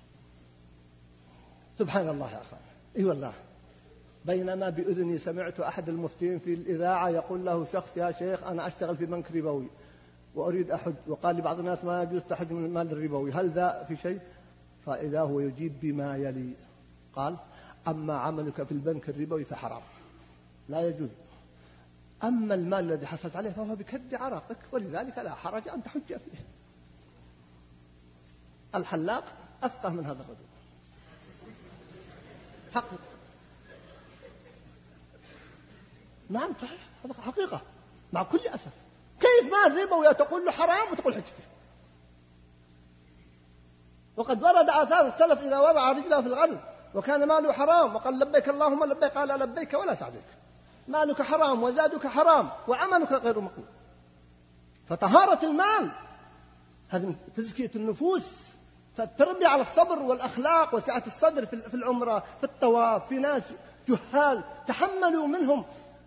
سبحان الله يا أخوان. إي والله، بينما بأذني سمعت أحد المفتين في الإذاعة يقول له شخص يا شيخ أنا أشتغل في بنك ربوي وأريد أحج، وقال لي بعض الناس ما يجوز تحج من المال الربوي، هل ذا في شيء؟ فإذا هو يجيب بما يلي، قال أما عملك في البنك الربوي فحرام لا يجوز، أما المال الذي حصلت عليه فهو بكد عرقك، ولذلك لا حرج أن تحج فيه. الحلاق أفقه من هذا الرجل. حقيقة. نعم صحيح، هذا حقيقة مع كل أسف. كيف ما الربا ويا تقول له حرام وتقول حجته؟ وقد ورد آثار السلف إذا وضع رجله في الغنم وكان ماله حرام وقال لبيك اللهم لبيك، قال لبيك ولا سعديك، مالك حرام وزادك حرام وعملك غير مقبول. فطهارة المال هذه تزكية النفوس، فالتربية على الصبر والأخلاق وسعة الصدر في العمرة، في الطواف. في ناس جهال تحملوا منهم،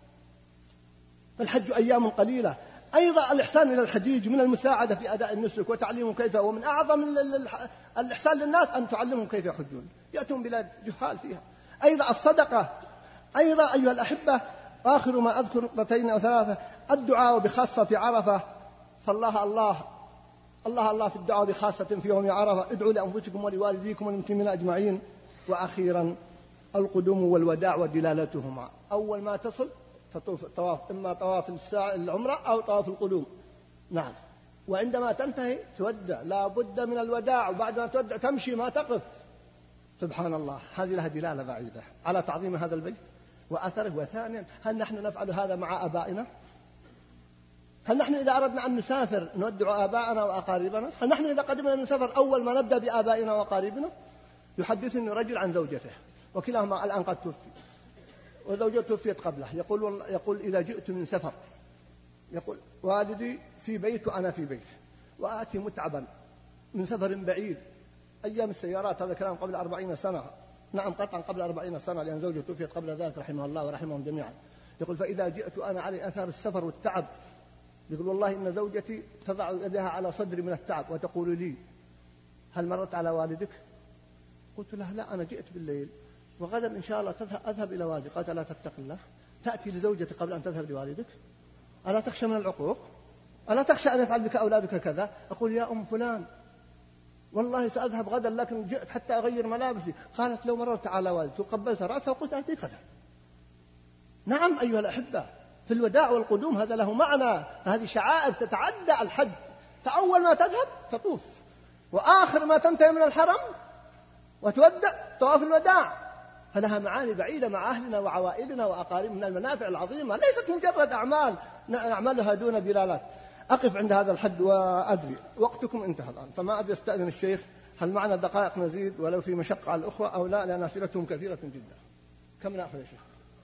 فالحج أيام قليلة. أيضا الإحسان إلى الحجيج من المساعدة في أداء النسك وتعليمهم كيف، ومن أعظم الإحسان للناس أن تعلمهم كيف يحجون، يأتون بلاد جهال فيها. أيضا الصدقة. أيضا أيها الأحبة، آخر ما أذكر نقطتين أو ثلاثة، الدعاء بخاصة في عرفة، فالله الله الله الله في الدعاء بخاصة في يوم عرفة، ادعوا لأنفسكم ولوالديكم والمسلمين أجمعين. وأخيرا القدوم والوداع ودلالتهما. أول ما تصل تطوف طواف، إما طواف العمرة أو طواف القدوم. نعم. وعندما تنتهي تودع، لا بد من الوداع، وبعد ما تودع تمشي ما تقف. سبحان الله، هذه لها دلالة بعيدة على تعظيم هذا البيت وأثره. وثانيا، هل نحن نفعل هذا مع آبائنا؟ هل نحن إذا أردنا أن نسافر نودع آباءنا وأقاربنا؟ هل نحن إذا قدمنا نسافر أول ما نبدأ بآبائنا وأقاربنا؟ يحدثني رجل عن زوجته وكلاهما الآن قد توفي، وزوجته توفيت قبله. يقول إذا جئت من سفر، يقول والدي في بيت وأنا في بيت، وآتي متعبا من سفر بعيد، أيام السيارات، هذا كلام قبل 40 سنة. نعم قطعا قبل 40 سنة، لأن زوجته توفيت قبل ذلك رحمه الله ورحمهم جميعا. يقول فإذا جئت أنا علي أثار السفر والتعب، يقول والله إن زوجتي تضع يدها على صدري من التعب وتقول لي هل مرت على والدك؟ قلت لها لا، أنا جئت بالليل وغدا إن شاء الله أذهب إلى والدي. قالت لا تتق الله، تأتي لزوجتك قبل أن تذهب لوالدك؟ ألا تخشى من العقوق؟ ألا تخشى أن يفعل بك أولادك كذا؟ أقول يا أم فلان والله سأذهب غدا، لكن جئت حتى أغير ملابسي. قالت لو مررت على والدي وقبلت رأسه وقلت أهديك غدا. نعم أيها الأحبة، في الوداع والقدوم هذا له معنى. هذه شعائر تتعدى الحد، فأول ما تذهب تطوف، وآخر ما تنتهي من الحرم وتودع طواف الوداع، فلها معاني بعيدة مع أهلنا وعوائلنا وأقاربنا، من المنافع العظيمة، ليست مجرد أعمال نعملها دون دلالات. أقف عند هذا الحد وأدري وقتكم انتهى الآن، فما أدري استأذن الشيخ هل معنا دقائق نزيد ولو في مشقة على الأخوة أو لا، لأن أسئلتهم كثيرة جدا. كم نأخذ يا شيخ؟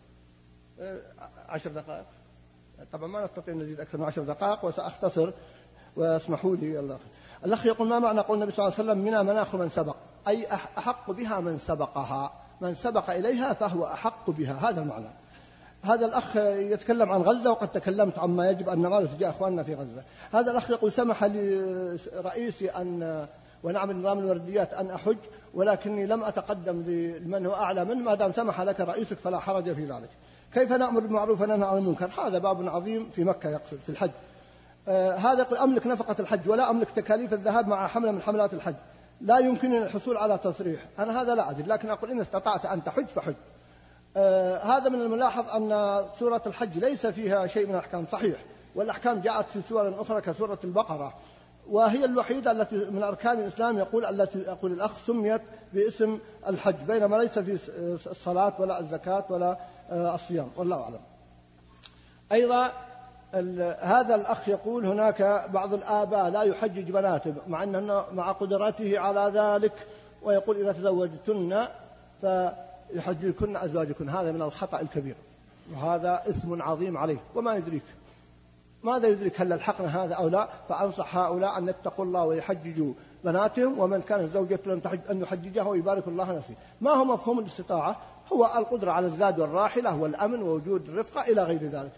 10 دقائق. طبعا ما نستطيع نزيد أكثر من 10 دقائق، وسأختصر واسمحوا لي. الأخ يقول ما معنى قول النبي صلى الله عليه وسلم منى مناخ من سبق، أي أحق بها من سبقها، من سبق إليها فهو أحق بها، هذا المعنى. هذا الأخ يتكلم عن غزة، وقد تكلمت عما يجب أن نمارس تجاه أخواننا في غزة. هذا الأخ يقول سمح لي رئيسي أن ونعمل نظام الورديات أن أحج، ولكني لم أتقدم لمن هو أعلى منه، ما دام سمح لك رئيسك فلا حرج في ذلك. كيف نأمر بالمعروف وننهى عن المنكر؟ هذا باب عظيم في مكة يقصد في الحج. هذا يقول أملك نفقة الحج ولا أملك تكاليف الذهاب مع حملة من حملات الحج، لا يمكنني الحصول على تصريح. أنا هذا لا أدري، لكن أقول إن استطعت أن تحج فحج. هذا من الملاحظ أن سورة الحج ليس فيها شيء من الأحكام، صحيح، والأحكام جاءت في سور أخرى كسورة البقرة، وهي الوحيدة التي من أركان الإسلام التي يقول الأخ سميت باسم الحج، بينما ليس في الصلاة ولا الزكاة ولا الصيام، والله أعلم. أيضا هذا الأخ يقول هناك بعض الآباء لا يحجج بناته مع أنه مع قدرته على ذلك، ويقول إذا تزوجتن فيحججكن أزواجكن. هذا من الخطأ الكبير، وهذا إثم عظيم عليه، وما يدريك ماذا يدرك هل الحقنا هذا أو لا. فأنصح هؤلاء أن يتقوا الله ويحججوا بناتهم، ومن كانت زوجته لم تحج أن يحججها ويبارك الله نفسه. ما هو مفهوم الاستطاعة؟ هو القدرة على الزاد والراحلة والأمن ووجود الرفقة إلى غير ذلك.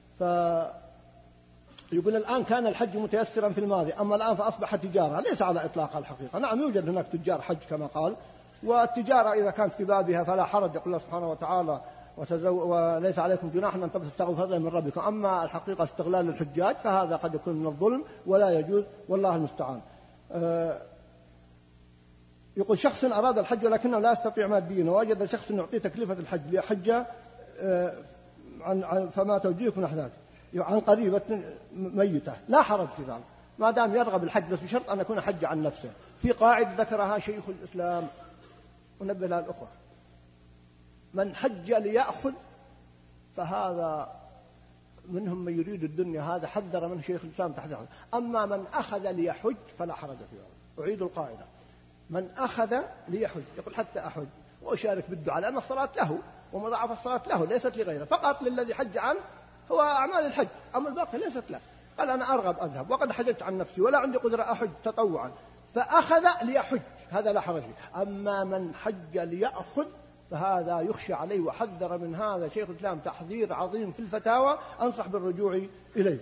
يقول الآن كان الحج متيسرا في الماضي، أما الآن فأصبح تجارة، ليس على إطلاق الحقيقة. نعم يوجد هناك تجار حج كما قال، والتجارة إذا كانت في بابها فلا حرج، يقول الله سبحانه وتعالى وليس عليكم جناح أن تبتغوا فضلا من ربكم. أما الحقيقة استغلال الحجاج فهذا قد يكون من الظلم ولا يجوز، والله المستعان. يقول شخص أراد الحج ولكنه لا يستطيع ماديا، ووجد شخص يعطيه تكلفة الحج ليحج فما توجيهكم نحو ذلك عن قريبة ميتة، لا حرج في ذلك ما دام يرغب الحج، بس بشرط أن يكون حج عن نفسه. في قاعدة ذكرها شيخ الإسلام ونبه لها الأخوة، من حج ليأخذ فهذا منهم من يريد الدنيا، هذا حذر من شيخ الإسلام تحذيرا. أما من أخذ ليحج فلا حرج فيه. أعيد القاعدة: من أخذ ليحج، يقول حتى أحج وأشارك بالدعاء، لأن الصلاة له ومضاعف الصلاة له ليست لغيره، فقط للذي حج عنه هو أعمال الحج، أما الباقي ليست له. قال أنا أرغب أذهب وقد حججت عن نفسي ولا عندي قدرة أحج تطوعا، فأخذ ليحج، هذا لا حرج فيه. أما من حج ليأخذ فهذا يخشى عليه، وحذر من هذا شيخ الإسلام تحذير عظيم في الفتاوى، أنصح بالرجوع إليه.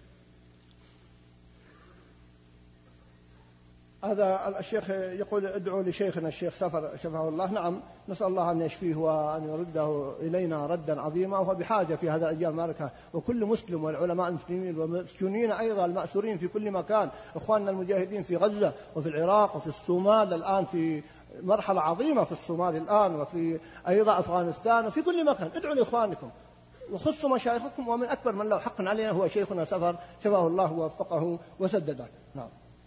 هذا الشيخ يقول: ادعوا لشيخنا الشيخ سفر شفاه الله. نعم، نسأل الله أن يشفيه وأن يرده إلينا ردا عظيما، وهو بحاجة في هذا الأيام المباركة، وكل مسلم والعلماء المسلمين والمسجونين أيضا المأسورين في كل مكان، إخواننا المجاهدين في غزة وفي العراق وفي الصومال، الآن في مرحلة عظيمة في الصومال الآن، وفي أيضا أفغانستان وفي كل مكان. ادعوا لإخوانكم وخصوا مشايخكم، ومن أكبر من له حق علينا هو شيخنا سفر شفاه الله ووفقه وسدده. نعم.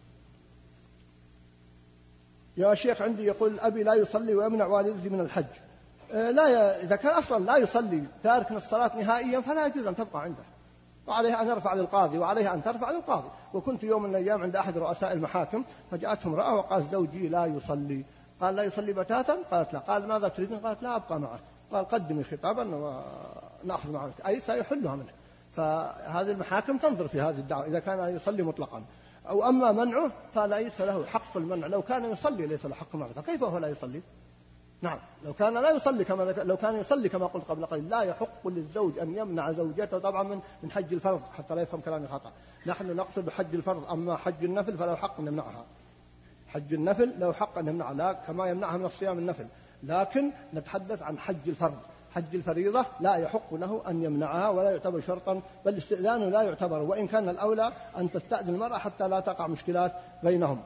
يا شيخ عندي يقول: أبي لا يصلي ويمنع والدتي من الحج. إذا كان أصلا لا يصلي تارك الصلاة نهائيا فلا يجوز أن تبقى عنده، وعليه أن يرفع للقاضي، وعليه أن ترفع للقاضي. وكنت يوم من الأيام عند أحد رؤساء المحاكم، فجاءتهم امرأة وقال: زوجي لا يصلي. قال: لا يصلي بتاتا؟ قالت: لا. قال: ماذا تريدين؟ قالت: لا أبقى معه. قال: قدمي خطابا ونأخذ معك، أي سيحلها منه. فهذه المحاكم تنظر في هذه الدعوة إذا كان يصلي مطلقا، أو أما منعه فليس له حق المنع. لو كان يصلي ليس له حق المنع، فكيف هو لا يصلي؟ نعم، لو كان لا يصلي لو كان يصلي كما قلت قبل قليل، لا يحق للزوج أن يمنع زوجته طبعا من حج الفرض، حتى لا يفهم كلامي خطأ. نحن نقصد حج الفرض، أما حج النفل فله حق أن يمنعها. حج النفل له حق أن يمنعها، لا كما يمنعها من الصيام النفل، لكن نتحدث عن حج الفرض. حج الفريضة لا يحق له أن يمنعها، ولا يعتبر شرطا، بل استئذانه لا يعتبر، وإن كان الأولى أن تستأذن المرأة حتى لا تقع مشكلات بينهم.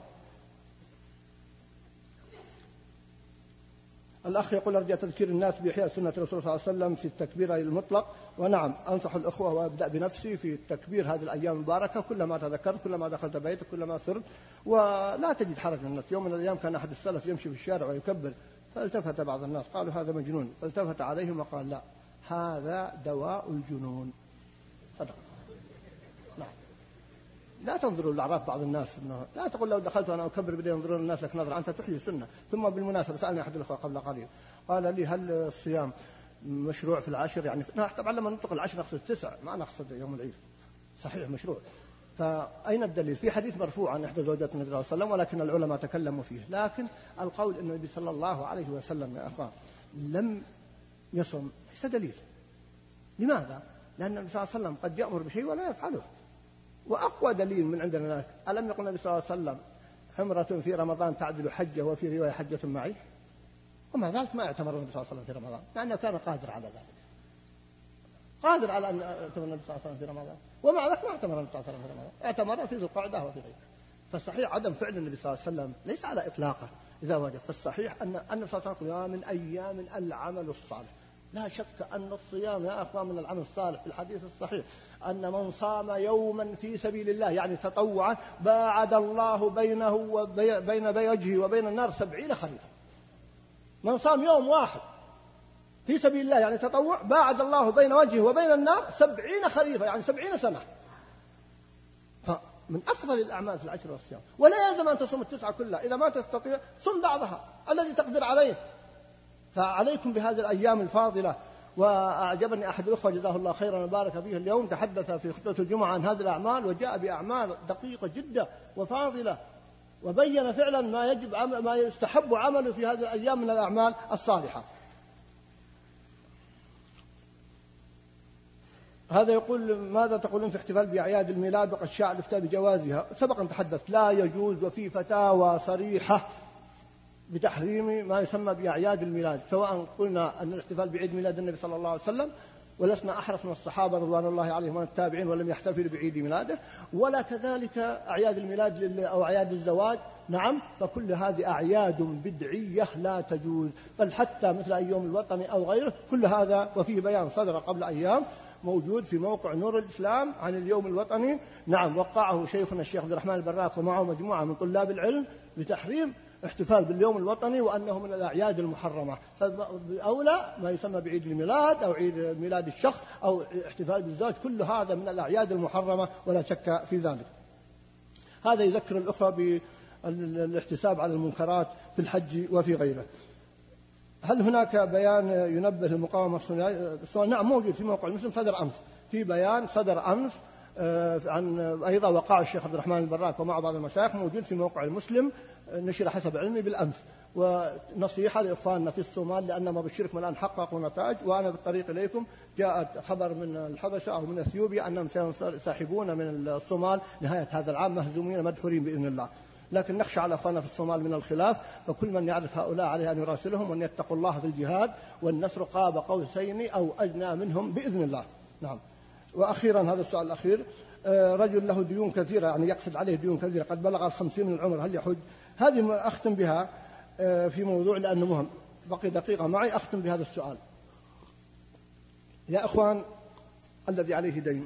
الأخ يقول: أرجى تذكير الناس بإحياء سنة الرسول صلى الله عليه وسلم في التكبير المطلق. ونعم، أنصح الأخوة وأبدأ بنفسي في التكبير هذه الأيام المباركة، كلما تذكرت كلما دخلت بيتك كلما سرت، ولا تجد حرج من الناس. يوم من الأيام كان أحد السلف يمشي في الشارع ويكبر، فالتفت بعض الناس قالوا: هذا مجنون، فالتفت عليهم وقال: لا، هذا دواء الجنون. صدق. نعم، لا تنظروا لأعراف بعض الناس، لا تقول لو دخلت وأنا أكبر بدي ينظرون الناس لك نظرة، أنت تحيي سنة. ثم بالمناسبة سألني أحد الأخوة قبل قليل قال لي: هل الصيام مشروع في العشر؟ يعني طبعا لما نطلق العشر نقصد 9، ما نقصد يوم العيد. صحيح مشروع. فأين الدليل؟ في حديث مرفوع عن إحدى زوجات النبي صلى الله عليه وسلم، ولكن العلماء تكلموا فيه. لكن القول أن النبي صلى الله عليه وسلم يا أخوان لم يصم ليس دليل. لماذا؟ لأن النبي صلى الله عليه وسلم قد يأمر بشيء ولا يفعله. وأقوى دليل من عندنا ذلك: ألم يقل النبي صلى الله عليه وسلم: حمرة في رمضان تعدل حجة، وفي رواية: حجة معي. ومع ذلك ما اعتمر النبي صلى الله عليه وسلم في رمضان، مع أنه كان قادر على ذلك، قادر على أن اعتمر النبي صلى الله عليه وسلم في رمضان، ومع ذلك ما اعتمر النبي صلى الله عليه وسلم في رمضان، اعتمر في ذي القعدة وفي غيره. فالصحيح عدم فعل النبي صلى الله عليه وسلم ليس على إطلاقه إذا وجد. فالصحيح أن النبي صلى الله عليه وسلم: من أيام العمل الصالح. لا شك أن الصيام يا أخوان من العمل الصالح. في الحديث الصحيح أن من صام يوما في سبيل الله يعني تطوعا باعد الله بينه وبين وجهه وبين النار 70 خريفا. من صام يوم واحد في سبيل الله يعني تطوع باعد الله بين وجهه وبين النار 70 خريفا، يعني 70 سنة. فمن أفضل الأعمال في العشر والصيام. ولا يلزم أن تصوم التسعة كلها، إذا ما تستطيع صم بعضها الذي تقدر عليه. فعليكم بهذه الأيام الفاضلة. وأعجبني أحد الأخوة جزاه الله خيرا وبارك فيه اليوم، تحدث في خطبة الجمعة عن هذه الأعمال، وجاء بأعمال دقيقة جدا وفاضلة، وبين فعلا ما يستحب عمله في هذه الأيام من الأعمال الصالحة. هذا يقول: ماذا تقولون في احتفال بأعياد الميلاد وقد شاع الإفتاء بجوازها؟ سبق أن تحدث، لا يجوز، وفي فتاوى صريحة بتحريم ما يسمى بأعياد الميلاد، سواء قلنا أن الاحتفال بعيد ميلاد النبي صلى الله عليه وسلم، ولسنا أحرص من الصحابة رضوان الله عليهم والتابعين ولم يحتفلوا بعيد ميلاده، ولا كذلك أعياد الميلاد أو أعياد الزواج. نعم، فكل هذه أعياد بدعية لا تجوز، بل حتى مثل اليوم الوطني أو غيره، كل هذا وفيه بيان صدر قبل أيام موجود في موقع نور الإسلام عن اليوم الوطني. نعم، وقعه شيخنا الشيخ عبد الرحمن البراك ومعه مجموعة من طلاب العلم بتحريم احتفال باليوم الوطني وأنه من الأعياد المحرمة، فأولى ما يسمى بعيد الميلاد أو عيد ميلاد الشخص أو احتفال بالزواج، كل هذا من الأعياد المحرمة ولا شك في ذلك. هذا يذكر الأخوة بالاحتساب على المنكرات في الحج وفي غيره. هل هناك بيان ينبه للمقاومة الصهيونية؟ نعم، موجود في موقع المسلم، صدر أمس في بيان صدر أمس عن أيضا وقع الشيخ عبد الرحمن البراك ومع بعض المشايخ، موجود في موقع المسلم، نشر حسب علمي بالأمس. ونصيحة لإخواننا في الصومال، لأن مبشركم الآن حققوا نتائج، وأنا بالطريق إليكم جاءت خبر من الحبشة أو من أثيوبيا أنهم سينسحبون من الصومال نهاية هذا العام، مهزومين مدحورين بإذن الله. لكن نخشى على أخواننا في الصومال من الخلاف، فكل من يعرف هؤلاء عليه أن يراسلهم وأن يتقوا الله في الجهاد، والنصر قاب قوسين أو أدنى منهم بإذن الله. نعم. وأخيرا هذا السؤال الأخير، رجل له ديون كثيرة، يعني يقصد عليه ديون كثيرة، قد بلغ 50 من العمر، هل يحج؟ هذه أختم بها في موضوع لأنه مهم، بقي دقيقة معي أختم بهذا السؤال. يا أخوان، الذي عليه دين،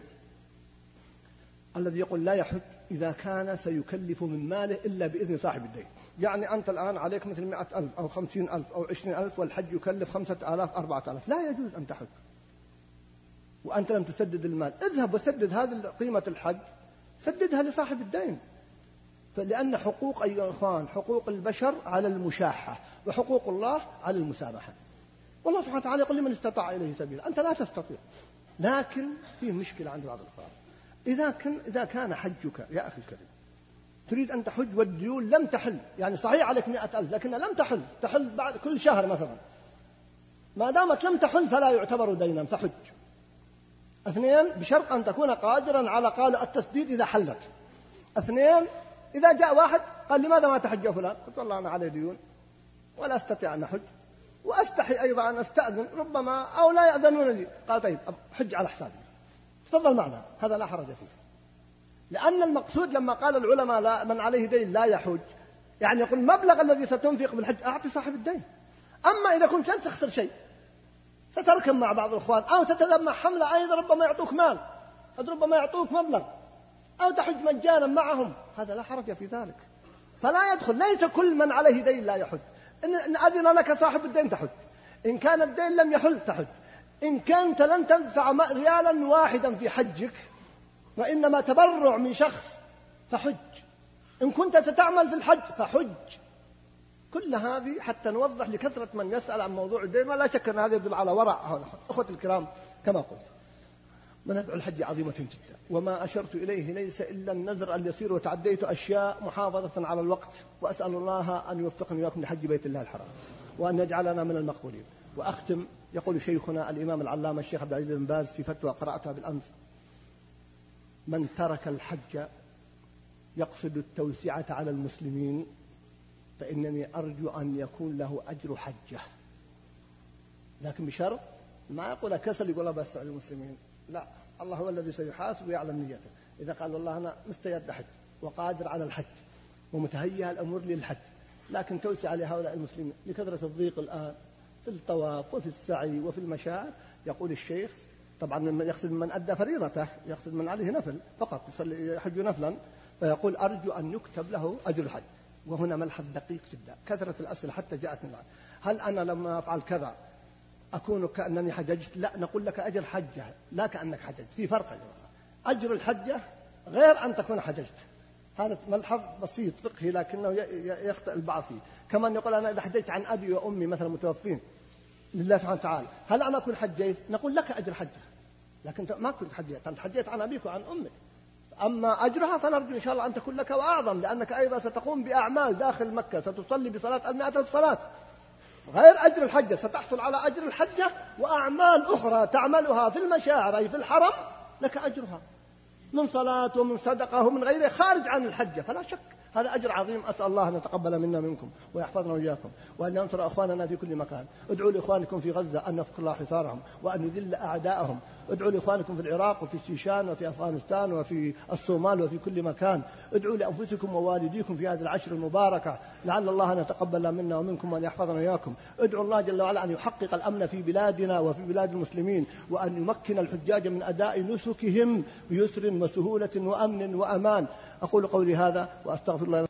الذي يقول لا يحج إذا كان سيكلف من ماله إلا بإذن صاحب الدين، يعني أنت الآن عليك مثل 100,000 أو 50,000 أو 20,000 والحج يكلف 5,000 4,000، لا يجوز أن تحج وأنت لم تسدد المال. اذهب وسدد هذه قيمة الحج، سددها لصاحب الدين. فلأن حقوق أيها الأخوان، حقوق البشر على المشاحة، وحقوق الله على المسامحة. والله سبحانه وتعالى يقول لمن استطاع إليه سبيلا، أنت لا تستطيع. لكن فيه مشكلة عند بعض الأخوان، إذا كان حجك يا أخي الكريم تريد أن تحج والديون لم تحل، يعني صحيح عليك 100,000 لكنها لم تحل بعد كل شهر مثلا، ما دامت لم تحل فلا يعتبر دينا فحج. 2 بشرط أن تكون قادرا على قال التسديد إذا حلت. 2 إذا جاء واحد قال لماذا ما تحج يا فلان؟ قلت والله أنا علي ديون ولا أستطيع أن أحج وأستحي أيضا أن أستأذن ربما أو لا يأذنون لي، قال طيب حج على حسابي، تفضل معنا، هذا لا حرج فيه. لأن المقصود لما قال العلماء لا من عليه دين لا يحج، يعني يقول المبلغ الذي ستنفق بالحج أعطي صاحب الدين. أما إذا كنت لن تخسر شيء، ستركب مع بعض الإخوان أو تتذمع مع حملة أيضا ربما يعطوك مال، ربما يعطوك مبلغ، أو تحج مجانا معهم، هذا لا حرج في ذلك. فلا يدخل، ليس كل من عليه دين لا يحج. إن أذن لك صاحب الدين تحج، إن كان الدين لم يحل تحج، إن كنت لن تدفع ريالا واحدا في حجك وإنما تبرع من شخص فحج، إن كنت ستعمل في الحج فحج. كل هذه حتى نوضح لكثرة من يسأل عن موضوع الدين، ولا شك أن هذا يدل على ورع. أخوة الكرام، كما قلت منافع الحج عظيمة جدا، وما أشرت إليه ليس إلا النذر اليسير، وتعديت أشياء محافظة على الوقت، وأسأل الله أن يوفقني وإياكم لحج بيت الله الحرام وأن يجعلنا من المقبولين. وأختم، يقول شيخنا الإمام العلامة الشيخ عبد العزيز بن باز في فتوى قرأتها بالأمس: من ترك الحج يقصد التوسعة على المسلمين فإنني أرجو أن يكون له أجر حجة، لكن بشرط ما يقول كسل يقول بس على المسلمين، لا، الله هو الذي سيحاسب ويعلم نيته. إذا قال والله أنا مستعد حج وقادر على الحج ومتهيئ الأمور للحج، لكن توسع لهؤلاء المسلمين لكثرة الضيق الآن في الطواف وفي السعي وفي المشاعر، يقول الشيخ طبعا يقصد من أدى فريضته، يقصد من عليه نفل فقط يحج نفلا، فيقول أرجو أن يكتب له أجر الحج. وهنا ملحظ دقيق جدا، كثرة الأسئلة حتى جاءتني الآن، هل أنا لما أفعل كذا أكون كأنني حججت؟ لا، نقول لك أجر حجة لا كأنك حججت، في فرق يا جماعة. أجر الحجة غير أن تكون حججت، هذا ملحظ بسيط فقهي لكنه يخطئ البعض فيه. كمان يقول أنا إذا حججت عن أبي وأمي مثلا متوفين لله سبحانه وتعالى، هل أنا أكون حجيت؟ نقول لك أجر حجة، لكن ما كنت حجيت، أنت حجيت عن أبيك وعن أمك. أما أجرها فنرجو إن شاء الله أن تكون لك وأعظم، لأنك أيضا ستقوم بأعمال داخل مكة، ستصلي بصلاة 100,000 صلاة غير أجر الحجة، ستحصل على أجر الحجة وأعمال أخرى تعملها في المشاعر أي في الحرم لك أجرها من صلاة ومن صدقة ومن غيره خارج عن الحجة، فلا شك هذا أجر عظيم. أسأل الله أن يتقبل منا منكم ويحفظنا وإياكم، وأن ينصر أخواننا في كل مكان. ادعوا لإخوانكم في غزة أن يفك الله حصارهم وأن يذل أعداءهم. ادعوا لإخوانكم في العراق وفي الشيشان وفي أفغانستان وفي الصومال وفي كل مكان. ادعوا لأنفسكم ووالديكم في هذه العشر المباركة، لعل الله أن يتقبل منا ومنكم وأن يحفظنا وإياكم. ادعوا الله جل وعلا أن يحقق الأمن في بلادنا وفي بلاد المسلمين، وأن يمكن الحجاج من أداء نسكهم بيسر وسهولة وأمن وأمان. أقول قولي هذا وأستغفر الله.